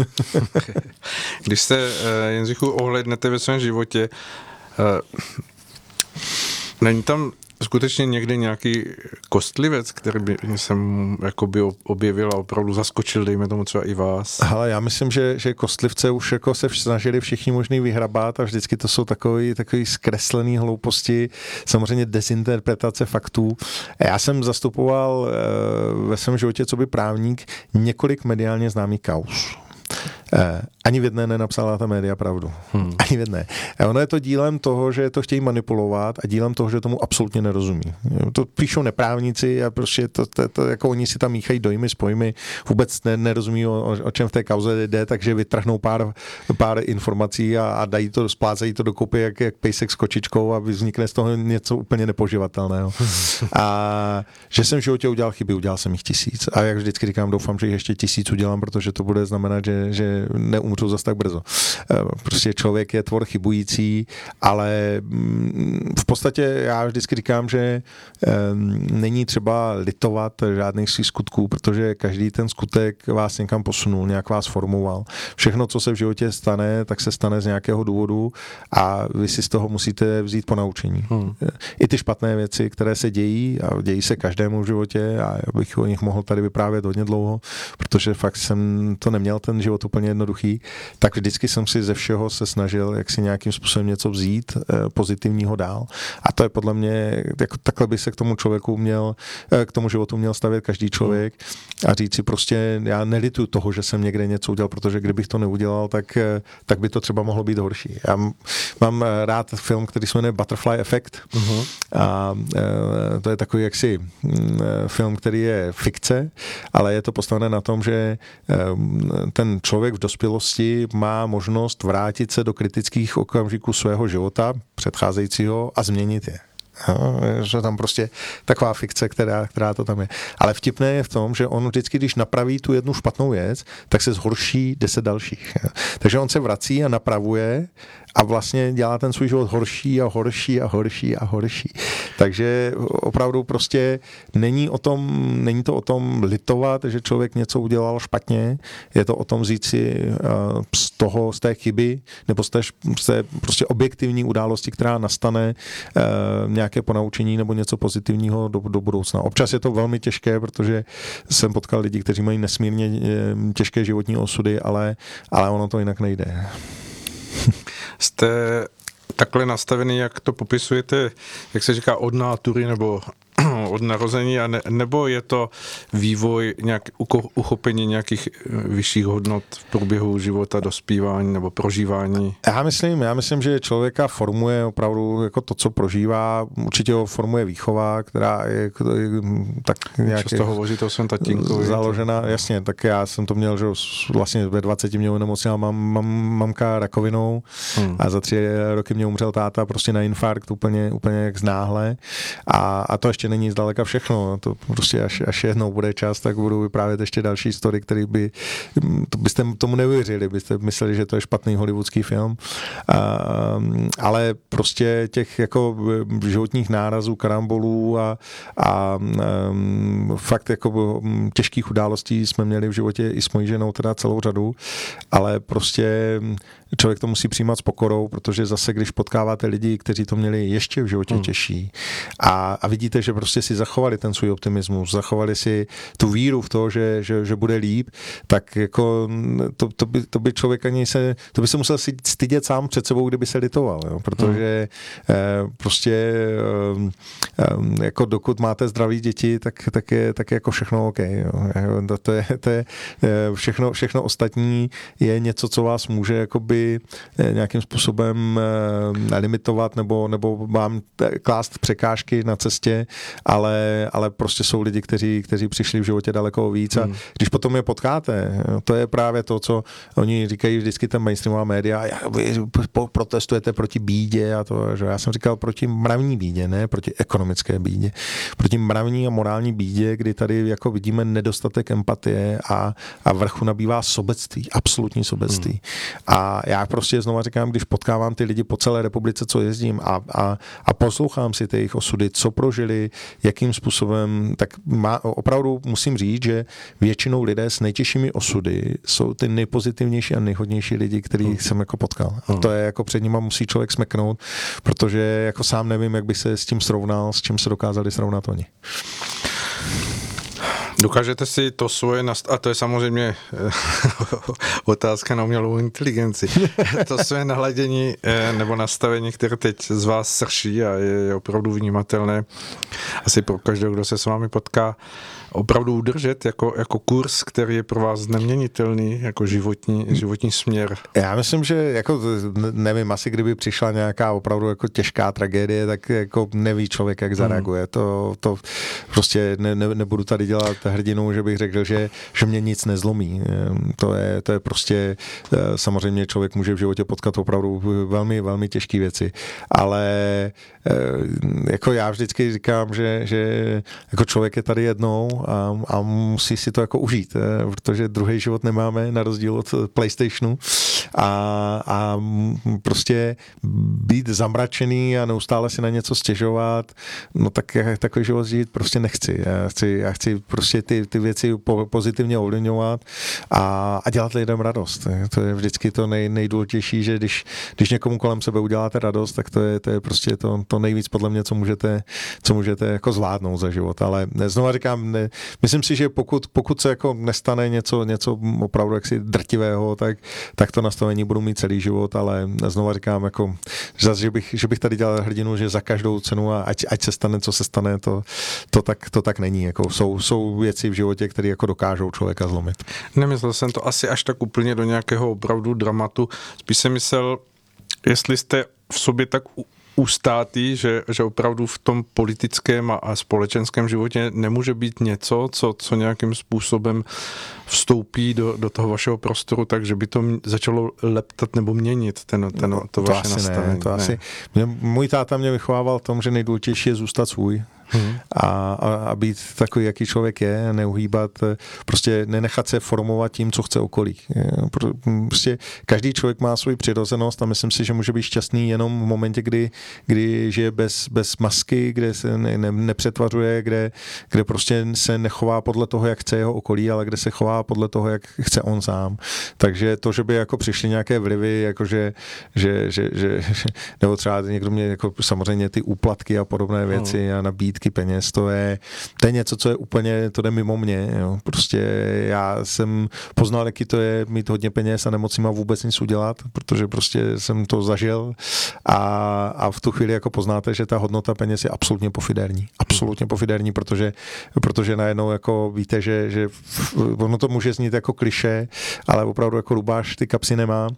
Když se, Jindřichu, ohlédnete ve svém životě, není tam skutečně někdy nějaký kostlivec, který by jsem jakoby objevil a opravdu zaskočil, dejme tomu třeba i vás? Hele, já myslím, že, že kostlivce už jako se snažili všichni možný vyhrabat a vždycky to jsou takový, takový zkreslený hlouposti, samozřejmě dezinterpretace faktů. Já jsem zastupoval ve svém životě coby právník několik mediálně známých kauz. Eh, ani v jedné nenapsala ta média pravdu. Hmm. Ani v jedné. A ono je to dílem toho, že to chtějí manipulovat a dílem toho, že tomu absolutně nerozumí. To píšou neprávníci a prostě to, to, to jako oni si tam míchají dojmy s pojmy, vůbec ne, nerozumí, o, o čem v té kauze jde, takže vytrhnou pár, pár informací a, a dají to, splácají to dokupy jak, jak pejsek s kočičkou a vznikne z toho něco úplně nepoživatelného. A že jsem v životě udělal chyby, udělal jsem jich tisíc. A jak vždycky říkám, doufám, že jich ještě tisíc udělám, protože to bude znamenat, že, že neumřu zas tak brzo. Prostě člověk je tvor chybující, ale v podstatě já vždycky říkám, že není třeba litovat žádných svých skutků, protože každý ten skutek vás někam posunul, nějak vás formoval. Všechno, co se v životě stane, tak se stane z nějakého důvodu a vy si z toho musíte vzít ponaučení. Hmm. I ty špatné věci, které se dějí a dějí se každému v životě a já bych o nich mohl tady vyprávět hodně dlouho, protože fakt jsem to neměl ten život úplně jednoduchý, tak vždycky jsem si ze všeho se snažil, jak si nějakým způsobem něco vzít pozitivního dál. A to je podle mě, jako takhle by se k tomu člověku měl, k tomu životu měl stavět každý člověk a říct si prostě, já nelituju toho, že jsem někde něco udělal, protože kdybych to neudělal, tak, tak by to třeba mohlo být horší. Já mám rád film, který se jmenuje Butterfly Effect. Uh-huh. A to je takový jaksi film, který je fikce, ale je to postavené na tom, že ten člověk v dospělosti má možnost vrátit se do kritických okamžiků svého života předcházejícího a změnit je. No, že tam prostě taková fikce, která, která to tam je. Ale vtipné je v tom, že on vždycky, když napraví tu jednu špatnou věc, tak se zhorší deset dalších. Takže on se vrací a napravuje a vlastně dělá ten svůj život horší a horší a horší a horší. Takže opravdu prostě není o tom, není to o tom litovat, že člověk něco udělal špatně, je to o tom vzít si z toho, z té chyby nebo z té, z té prostě objektivní události, která nastane, nějaké ponaučení nebo něco pozitivního do, do budoucna. Občas je to velmi těžké, protože jsem potkal lidi, kteří mají nesmírně těžké životní osudy, ale, ale ono to jinak nejde. Jste takhle nastavený, jak to popisujete, jak se říká, od nátury nebo od narození, a ne, nebo je to vývoj, nějak, uchopení nějakých vyšších hodnot v průběhu života, dospívání nebo prožívání? Já myslím, já myslím, že člověka formuje opravdu jako to, co prožívá. Určitě ho formuje výchova, která je tak nějak často hovoříte o svém tatínkovi. Založena, jasně, tak já jsem to měl, že vlastně ve dvaceti mě onemocněla mam, mam, mamka rakovinou hmm. a za tři roky mě umřel táta prostě na infarkt úplně, úplně jak znáhle. A, a to ještě není není zdaleka všechno. To prostě až, až jednou bude čas, tak budu vyprávět ještě další story, který by, to byste tomu nevěřili, byste mysleli, že to je špatný hollywoodský film. A, ale prostě těch jako životních nárazů, karambolů a, a um, fakt jako těžkých událostí jsme měli v životě i s mojí ženou teda celou řadu, ale prostě člověk to musí přijímat s pokorou, protože zase, když potkáváte lidi, kteří to měli ještě v životě hmm. těžší a, a vidíte, že prostě si zachovali ten svůj optimismus, zachovali si tu víru v to, že, že, že bude líp, tak jako to, to, by, to by člověk ani se, to by se musel stydět sám před sebou, kdyby se litoval, jo? Protože hmm. eh, prostě eh, jako dokud máte zdraví děti, tak, tak, je, tak je jako všechno OK. Jo? To, to je, to je všechno, všechno ostatní je něco, co vás může jakoby nějakým způsobem limitovat nebo, nebo vám klást překážky na cestě, ale, ale prostě jsou lidi, kteří, kteří přišli v životě daleko víc a hmm. když potom je potkáte, to je právě to, co oni říkají vždycky ten mainstreamová média, vy protestujete proti bídě a to, že já jsem říkal proti mravní bídě, ne proti ekonomické bídě, proti mravní a morální bídě, kdy tady jako vidíme nedostatek empatie a, a vrchu nabývá sobectví, absolutní sobectví. Hmm. A já prostě znova říkám, když potkávám ty lidi po celé republice, co jezdím a, a, a poslouchám si ty jejich osudy, co prožili, jakým způsobem, tak má, opravdu musím říct, že většinou lidé s nejtěžšími osudy jsou ty nejpozitivnější a nejhodnější lidi, který hmm. jsem jako potkal. A to je jako před nima musí člověk smeknout, protože jako sám nevím, jak by se s tím srovnal, s čím se dokázali srovnat oni. Dokážete si to svoje, nast- a to je samozřejmě otázka na umělou inteligenci, to své naladění nebo nastavení, které teď z vás srší a je opravdu vnímatelné asi pro každého, kdo se s vámi potká, opravdu udržet jako, jako kurz, který je pro vás neměnitelný, jako životní, životní směr. Já myslím, že jako nevím, asi kdyby přišla nějaká opravdu jako těžká tragédie, tak jako neví člověk, jak zareaguje. Hmm. To, to prostě ne, ne, nebudu tady dělat hrdinu, že bych řekl, že, že mě nic nezlomí. To je, to je prostě, samozřejmě člověk může v životě potkat opravdu velmi, velmi těžké věci, ale jako já vždycky říkám, že, že jako člověk je tady jednou a, a musí si to jako užít, protože druhý život nemáme na rozdíl od PlayStationu a, a prostě být zamračený a neustále si na něco stěžovat, no tak já takový život žít prostě nechci. Já chci, já chci prostě ty, ty věci pozitivně ovlivňovat a, a dělat lidem radost. To je vždycky to nej, nejdůležitější, že když, když někomu kolem sebe uděláte radost, tak to je, to je prostě to, to nejvíc podle mě, co můžete, co můžete jako zvládnout za život. Ale znova říkám, ne, myslím si, že pokud, pokud se jako nestane něco, něco opravdu jaksi drtivého, tak, tak to nastavení budu mít celý život, ale znova říkám, jako, zase, že, bych, že bych tady dělal hrdinu, že za každou cenu a ať, ať se stane, co se stane, to, to, tak, to tak není. Jako, jsou, jsou věci v životě, které jako dokážou člověka zlomit. Nemyslel jsem to asi až tak úplně do nějakého opravdu dramatu. Spíš jsem myslel, jestli jste v sobě tak ustátý, že, že opravdu v tom politickém a, a společenském životě nemůže být něco, co, co nějakým způsobem vstoupí do, do toho vašeho prostoru, takže by to začalo leptat nebo měnit ten, ten, to, to vaše asi nastavení. Ne, to ne. Asi, mě, můj táta mě vychovával v tom, že nejdůležitější je zůstat svůj. Hmm. A, a, a být takový, jaký člověk je, neuhýbat, prostě nenechat se formovat tím, co chce okolí. Prostě každý člověk má svou přirozenost a myslím si, že může být šťastný jenom v momentě, kdy, kdy žije bez, bez masky, kde se ne, ne, nepřetvařuje, kde, kde prostě se nechová podle toho, jak chce jeho okolí, ale kde se chová podle toho, jak chce on sám. Takže to, že by jako přišly nějaké vlivy, jakože, že, že, že, nebo třeba někdo mě jako samozřejmě ty úplatky a podobné věci hmm. a nabídky peněz, to je, to je něco, co je úplně, to jde mimo mě, jo. Prostě já jsem poznal, jaký to je mít hodně peněz a nemoci má vůbec nic udělat, protože prostě jsem to zažil a, a v tu chvíli jako poznáte, že ta hodnota peněz je absolutně pofiderní. Absolutně pofiderní, protože, protože najednou jako víte, že, že ono to může znít jako klišé, ale opravdu jako rubáš ty kapsy nemá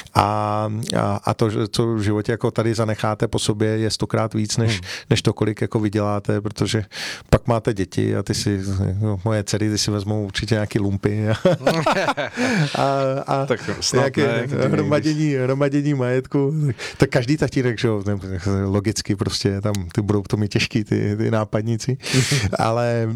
a, a, a to, co v životě jako tady zanecháte po sobě, je stokrát víc, než, než to, kolik jako vyděláte nemáte, protože pak máte děti a ty si, no, moje dcery, ty si vezmou určitě nějaký lumpy a, a, a tak nějaké ne, hromadění, hromadění majetku. Tak, tak každý tatínek, že jo, logicky prostě tam ty budou to mít těžký, ty, ty nápadníci, ale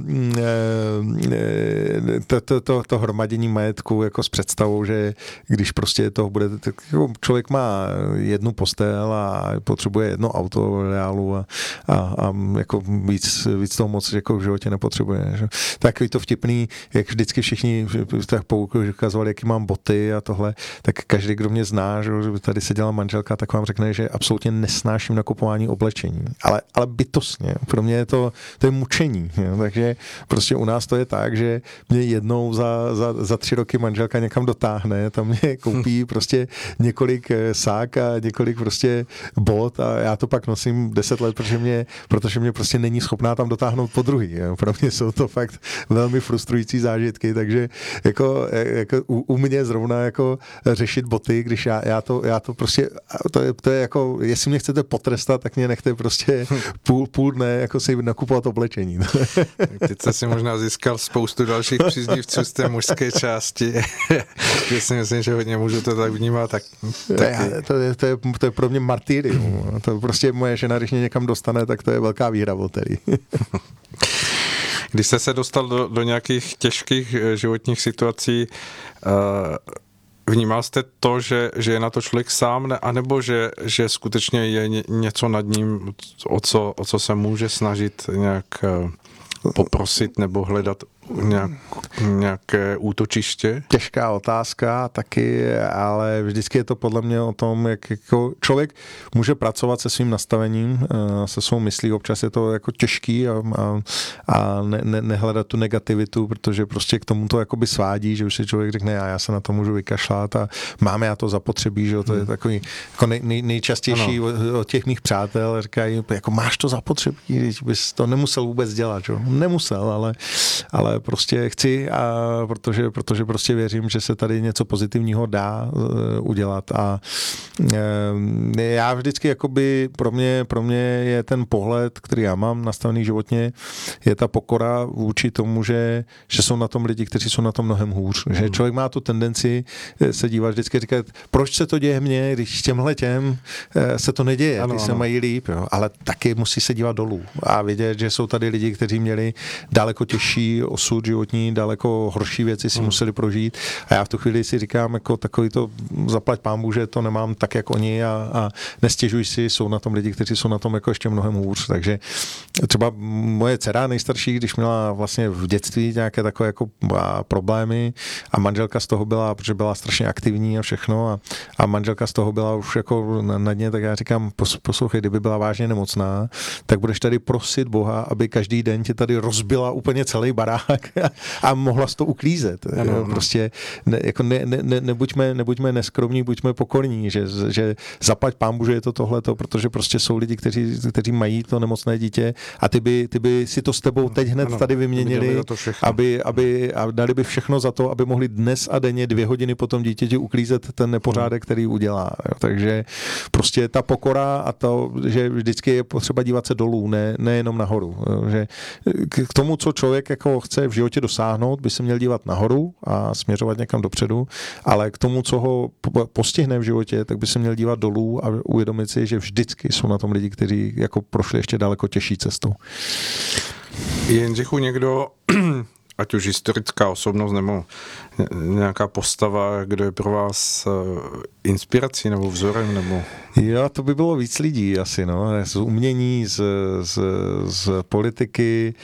to, to, to, to hromadění majetku jako s představou, že když prostě toho bude, tak jako člověk má jednu postel a potřebuje jedno auto v reálu a, a, a jako víc, víc toho moc jako v životě nepotřebuje. Že? Takový to vtipný, jak vždycky všichni tak ukazovali, jaký mám boty a tohle, tak každý, kdo mě zná, že tady seděla manželka, tak vám řekne, že absolutně nesnáším nakupování oblečení. Ale, ale bytostně. Pro mě je to, to je mučení. Jo? Takže prostě u nás to je tak, že mě jednou za, za, za tři roky manželka někam dotáhne, tam mě koupí prostě několik sák a několik prostě bot a já to pak nosím deset let, protože mě, protože mě prostě není schopná tam dotáhnout po druhý. Jo? Pro mě jsou to fakt velmi frustrující zážitky, takže jako, jako u, u mě zrovna jako řešit boty, když já, já, to, já to prostě, to je, to je jako, jestli mě chcete potrestat, tak mě nechte prostě půl, půl dne jako si nakupovat oblečení. Teď jsi si možná získal spoustu dalších příznivců z té mužské části, že si myslím, že hodně můžu to tak vnímat. Tak, to, je, to, je, to, je, to je pro mě martýrium. To prostě moje žena, když mě někam dostane, tak to je velká výhra tedy. Když jste se dostal do, do nějakých těžkých životních situací, vnímal jste to, že, že je na to člověk sám, ne, anebo že, že skutečně je něco nad ním, o co, o co se může snažit nějak poprosit nebo hledat nějak, nějaké útočiště? Těžká otázka taky, ale vždycky je to podle mě o tom, jak jako člověk může pracovat se svým nastavením, se svou myslí, občas je to jako těžký a, a, a ne, ne, nehledat tu negativitu, protože prostě k tomu to jakoby svádí, že už si člověk řekne, já, já se na to můžu vykašlat a máme já to zapotřebí, že to je takový jako nej, nej, nejčastější od, od těch mých přátel, říkají, jako máš to zapotřebí, bys to nemusel vůbec dělat, že? Nemusel, ale, ale prostě chci, a protože, protože prostě věřím, že se tady něco pozitivního dá uh, udělat a uh, já vždycky jakoby pro mě, pro mě je ten pohled, který já mám nastavený životně, je ta pokora vůči tomu, že, že jsou na tom lidi, kteří jsou na tom mnohem hůř. Že člověk má tu tendenci se dívat vždycky říkat, proč se to děje mně, když těmhle těm se to neděje, ano, ty se ano. mají líp, jo. Ale taky musí se dívat dolů a vidět, že jsou tady lidi, kteří měli daleko těžší osud životní, daleko horší věci si hmm. museli prožít a já v tu chvíli si říkám, jako takový to zaplať pánbůh, že to nemám tak, jak oni a, a nestěžuj si, jsou na tom lidi, kteří jsou na tom jako ještě mnohem hůř, takže třeba moje dcera nejstarší, když měla vlastně v dětství nějaké takové jako problémy a manželka z toho byla, protože byla strašně aktivní a všechno a, a manželka z toho byla už jako na, na dně, tak já říkám, pos, poslouchej, kdyby byla vážně nemocná, tak budeš tady prosit Boha, aby každý den tě tady rozbila úplně celý barák a, a mohla z to uklízet. Ano, jo, prostě ne, jako ne, ne, ne, nebuďme, nebuďme neskromní, buďme pokorní, že, že zaplať pánbůh, že je to tohleto, protože prostě jsou lidi, kteří, kteří mají to nemocné dítě a ty by, ty by si to s tebou teď hned ano, tady vyměnili, aby, aby a dali by všechno za to, aby mohli dnes a denně dvě hodiny po tom dítěti uklízet ten nepořádek, který udělá. Jo. Takže prostě ta pokora a to, že vždycky je potřeba dívat se dolů, ne, nejenom nahoru. Jo. Že k tomu, co člověk jako chce v životě dosáhnout, by se měl dívat nahoru a směřovat někam dopředu, ale k tomu, co ho postihne v životě, tak by se měl dívat dolů a uvědomit si, že vždycky jsou na tom lidi, kteří jako prošli ještě daleko těžší cestou. Jindřichu, někdo, ať už historická osobnost nebo nějaká postava, kdo je pro vás inspirací nebo vzorem? Nebo... Jo, to by bylo víc lidí asi, no. Z umění, z, z, z politiky,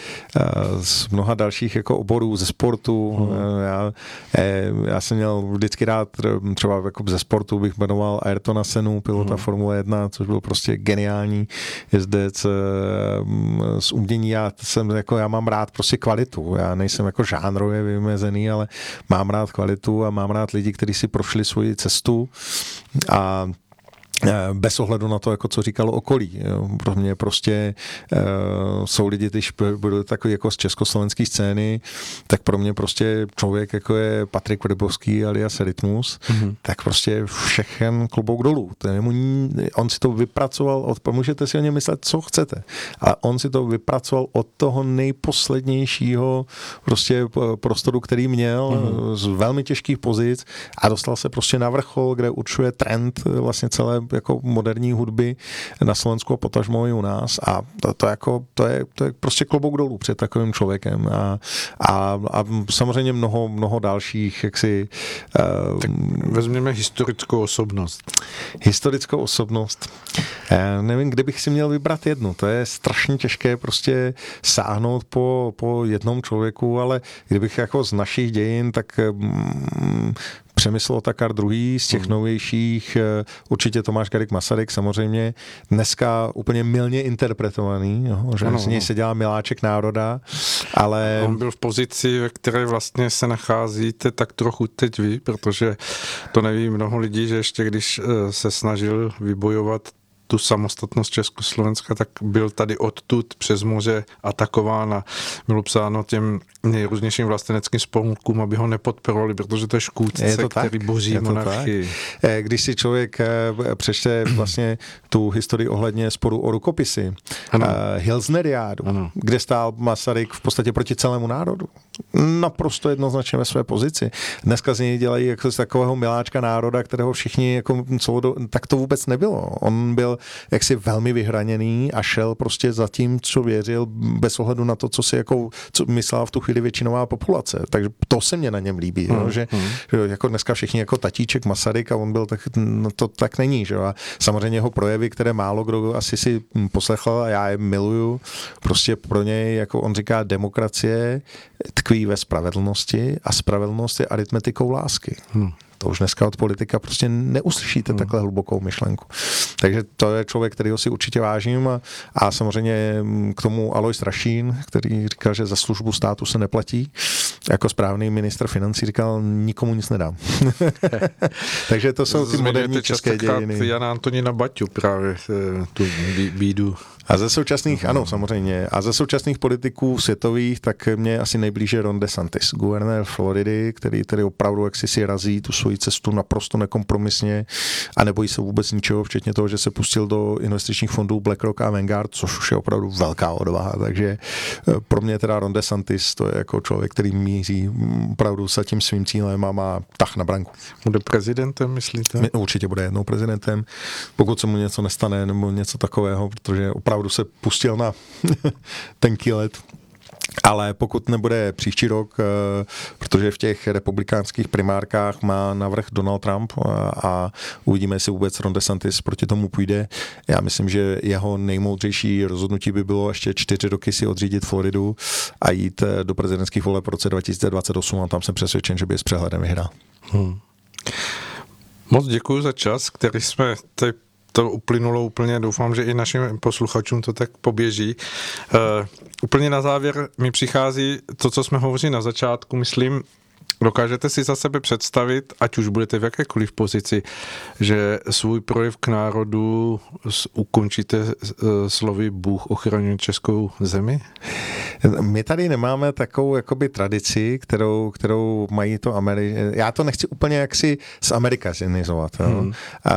z mnoha dalších jako oborů, ze sportu. Hmm. Já, já jsem měl vždycky rád, třeba jako ze sportu bych jmenoval Ayrtona Senu, pilota hmm. Formule jedna, což byl prostě geniální jezdec. Z umění já jsem jako, já mám rád prostě kvalitu. Já nejsem jako žánrově vymezený, ale mám rád kvalitu a mám rád lidi, kteří si prošli svoji cestu a bez ohledu na to, jako co říkalo okolí. Jo. Pro mě prostě uh, jsou lidi, když byli takový jako z československé scény, tak pro mě prostě člověk, jako je Patrik Vrbovský alias Rytmus, mm-hmm. tak prostě všechen klobouk dolů. Mu, on si to vypracoval, od, můžete si o něm myslet, co chcete, ale on si to vypracoval od toho nejposlednějšího prostě prostoru, který měl, mm-hmm. z velmi těžkých pozic a dostal se prostě na vrchol, kde určuje trend vlastně celé jako moderní hudby na Slovensku a potažmo i u nás a to, to, jako, to, je, to je prostě klobouk dolů před takovým člověkem a, a, a samozřejmě mnoho, mnoho dalších jaksi... Tak vezměme historickou osobnost. Historickou osobnost. Já nevím, kde bych si měl vybrat jednu. To je strašně těžké prostě sáhnout po, po jednom člověku, ale kdybych jako z našich dějin, tak mm, Přemysl Otakar druhý z těch hmm. novějších, určitě Tomáš Garrigue Masaryk samozřejmě, dneska úplně mylně interpretovaný, jo, že ano, z něj se dělá miláček národa, ale... On byl v pozici, ve které vlastně se nacházíte tak trochu teď vy, protože to neví mnoho lidí, že ještě když se snažil vybojovat tu samostatnost Československa, tak byl tady odtud přes moře atakován a bylo psáno těm nejrůznějším vlasteneckým spolkům, aby ho nepodporovali, protože to je škůdce, je to který boří monarchii. Když si člověk přečte vlastně tu historii ohledně sporu o rukopisy, ano. Hilsneriádu, ano. kde stál Masaryk v podstatě proti celému národu. Naprosto jednoznačně ve své pozici. Dneska z něj dělají jako z takového miláčka národa, kterého všichni jako celou do... tak to vůbec nebylo. On byl jaksi velmi vyhraněný a šel prostě za tím, co věřil, bez ohledu na to, co si jako co myslela v tu chvíli většinová populace. Takže to se mě na něm líbí, hmm, jo, že, hmm. že jako dneska všichni jako tatíček Masaryk a on byl tak, no to tak není, že jo. A samozřejmě jeho projevy, které málo kdo asi si poslechl a já je miluju, prostě pro něj, jako on říká, demokracie tkví ve spravedlnosti a spravedlnost je aritmetikou lásky. Hmm. To už dneska od politika prostě neuslyšíte hmm. takhle hlubokou myšlenku. Takže to je člověk, kterýho si určitě vážím a, a samozřejmě k tomu Alois Rašín, který říkal, že za službu státu se neplatí. Jako správný ministr financí říkal, nikomu nic nedám. Takže to jsou ty moderní české dějiny. Jana Antonína Baťu právě tu bídu. A ze současných, ano, samozřejmě, a ze současných politiků světových, tak mě asi nejblíže Ron DeSantis, guvernér Floridy, který tedy opravdu jaksi si razí tu svoji cestu naprosto nekompromisně a nebojí se vůbec ničeho, včetně toho, že se pustil do investičních fondů BlackRock a Vanguard, což už je opravdu velká odvaha, takže pro mě teda Ron DeSantis, to je jako člověk, který míří opravdu za tím svým cílem a má tah na branku. Bude prezidentem, myslíte? Určitě bude jednou prezidentem, pokud se mu něco nestane nebo něco takového, protože opravdu se pustil na tenký let. Ale pokud nebude příští rok, protože v těch republikánských primárkách má navrch Donald Trump a uvidíme, jestli vůbec Ron DeSantis proti tomu půjde. Já myslím, že jeho nejmoudřejší rozhodnutí by bylo ještě čtyři roky si odřídit Floridu a jít do prezidentských voleb v roce dva tisíce dvacet osm a tam jsem přesvědčen, že by s přehledem vyhrál. Hmm. Moc děkuji za čas, který jsme tady to uplynulo úplně, doufám, že i našim posluchačům to tak poběží. Uh, úplně na závěr mi přichází to, co jsme hovořili na začátku, myslím, dokážete si za sebe představit, ať už budete v jakékoliv pozici, že svůj projev k národu ukončíte slovy Bůh ochraňuje českou zemi? My tady nemáme takovou jakoby tradici, kterou, kterou mají to Ameri... Já to nechci úplně jaksi z Amerikanizovat. Hmm. A,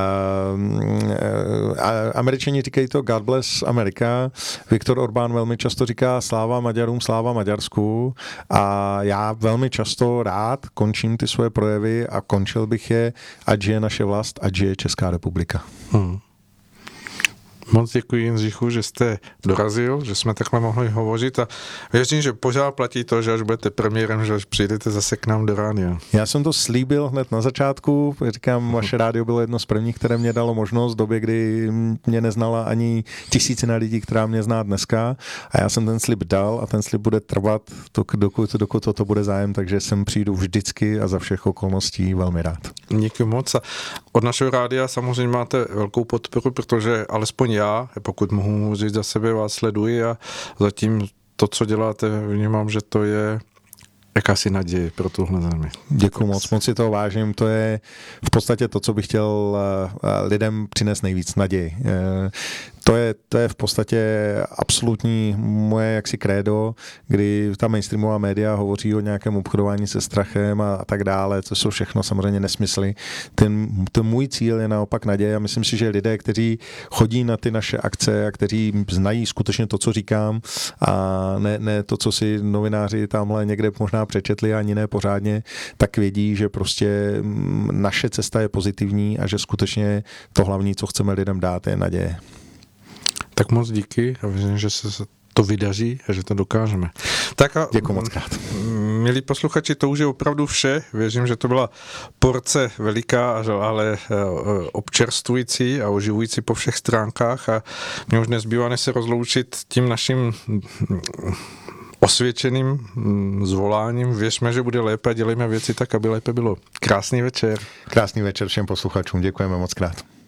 a Američani říkají to God bless America. Viktor Orbán velmi často říká sláva Maďarům, sláva Maďarsku a já velmi často rád končím ty svoje projevy a končil bych je, ať žije naše vlast, ať žije Česká republika. Hmm. Moc děkuji, Jindřichu, že jste dorazil, že jsme takhle mohli hovořit a věřím, že pořád platí to, že až budete premiérem, že až přijdete zase k nám do rádia. Já jsem to slíbil hned na začátku, říkám, vaše rádio bylo jedno z prvních, které mě dalo možnost v době, kdy mě neznala ani tisícina lidí, která mě zná dneska a já jsem ten slib dal a ten slib bude trvat, dokud, dokud toto bude zájem, takže sem přijdu vždycky a za všech okolností velmi rád. Díky moc a od našeho rádia samozřejmě máte velkou podporu, protože alespoň já, pokud mohu mluvit za sebe, vás sleduji a zatím to, co děláte, vnímám, že to je jakási naděje pro tuhle zemi. Děkuju moc, moc si toho vážím. To je v podstatě to, co bych chtěl lidem přinést nejvíc, naději. To je, to je v podstatě absolutní moje jaksi krédo, kdy ta mainstreamová média hovoří o nějakém obchodování se strachem a, a tak dále, co jsou všechno samozřejmě nesmysly. Ten, ten můj cíl je naopak naděje a myslím si, že lidé, kteří chodí na ty naše akce a kteří znají skutečně to, co říkám a ne, ne to, co si novináři tamhle někde možná přečetli a ani ne pořádně, tak vědí, že prostě naše cesta je pozitivní a že skutečně to hlavní, co chceme lidem dát, je naděje. Tak moc díky a věřím, že se to vydaří a že to dokážeme. Tak a děkuji moc krát. Milí posluchači, to už je opravdu vše. Věřím, že to byla porce veliká, ale občerstvující a oživující po všech stránkách a mě už nezbývá, než se rozloučit tím naším osvědčeným zvoláním. Věřme, že bude lépe a dělejme věci tak, aby lépe bylo. Krásný večer. Krásný večer všem posluchačům. Děkujeme moc krát.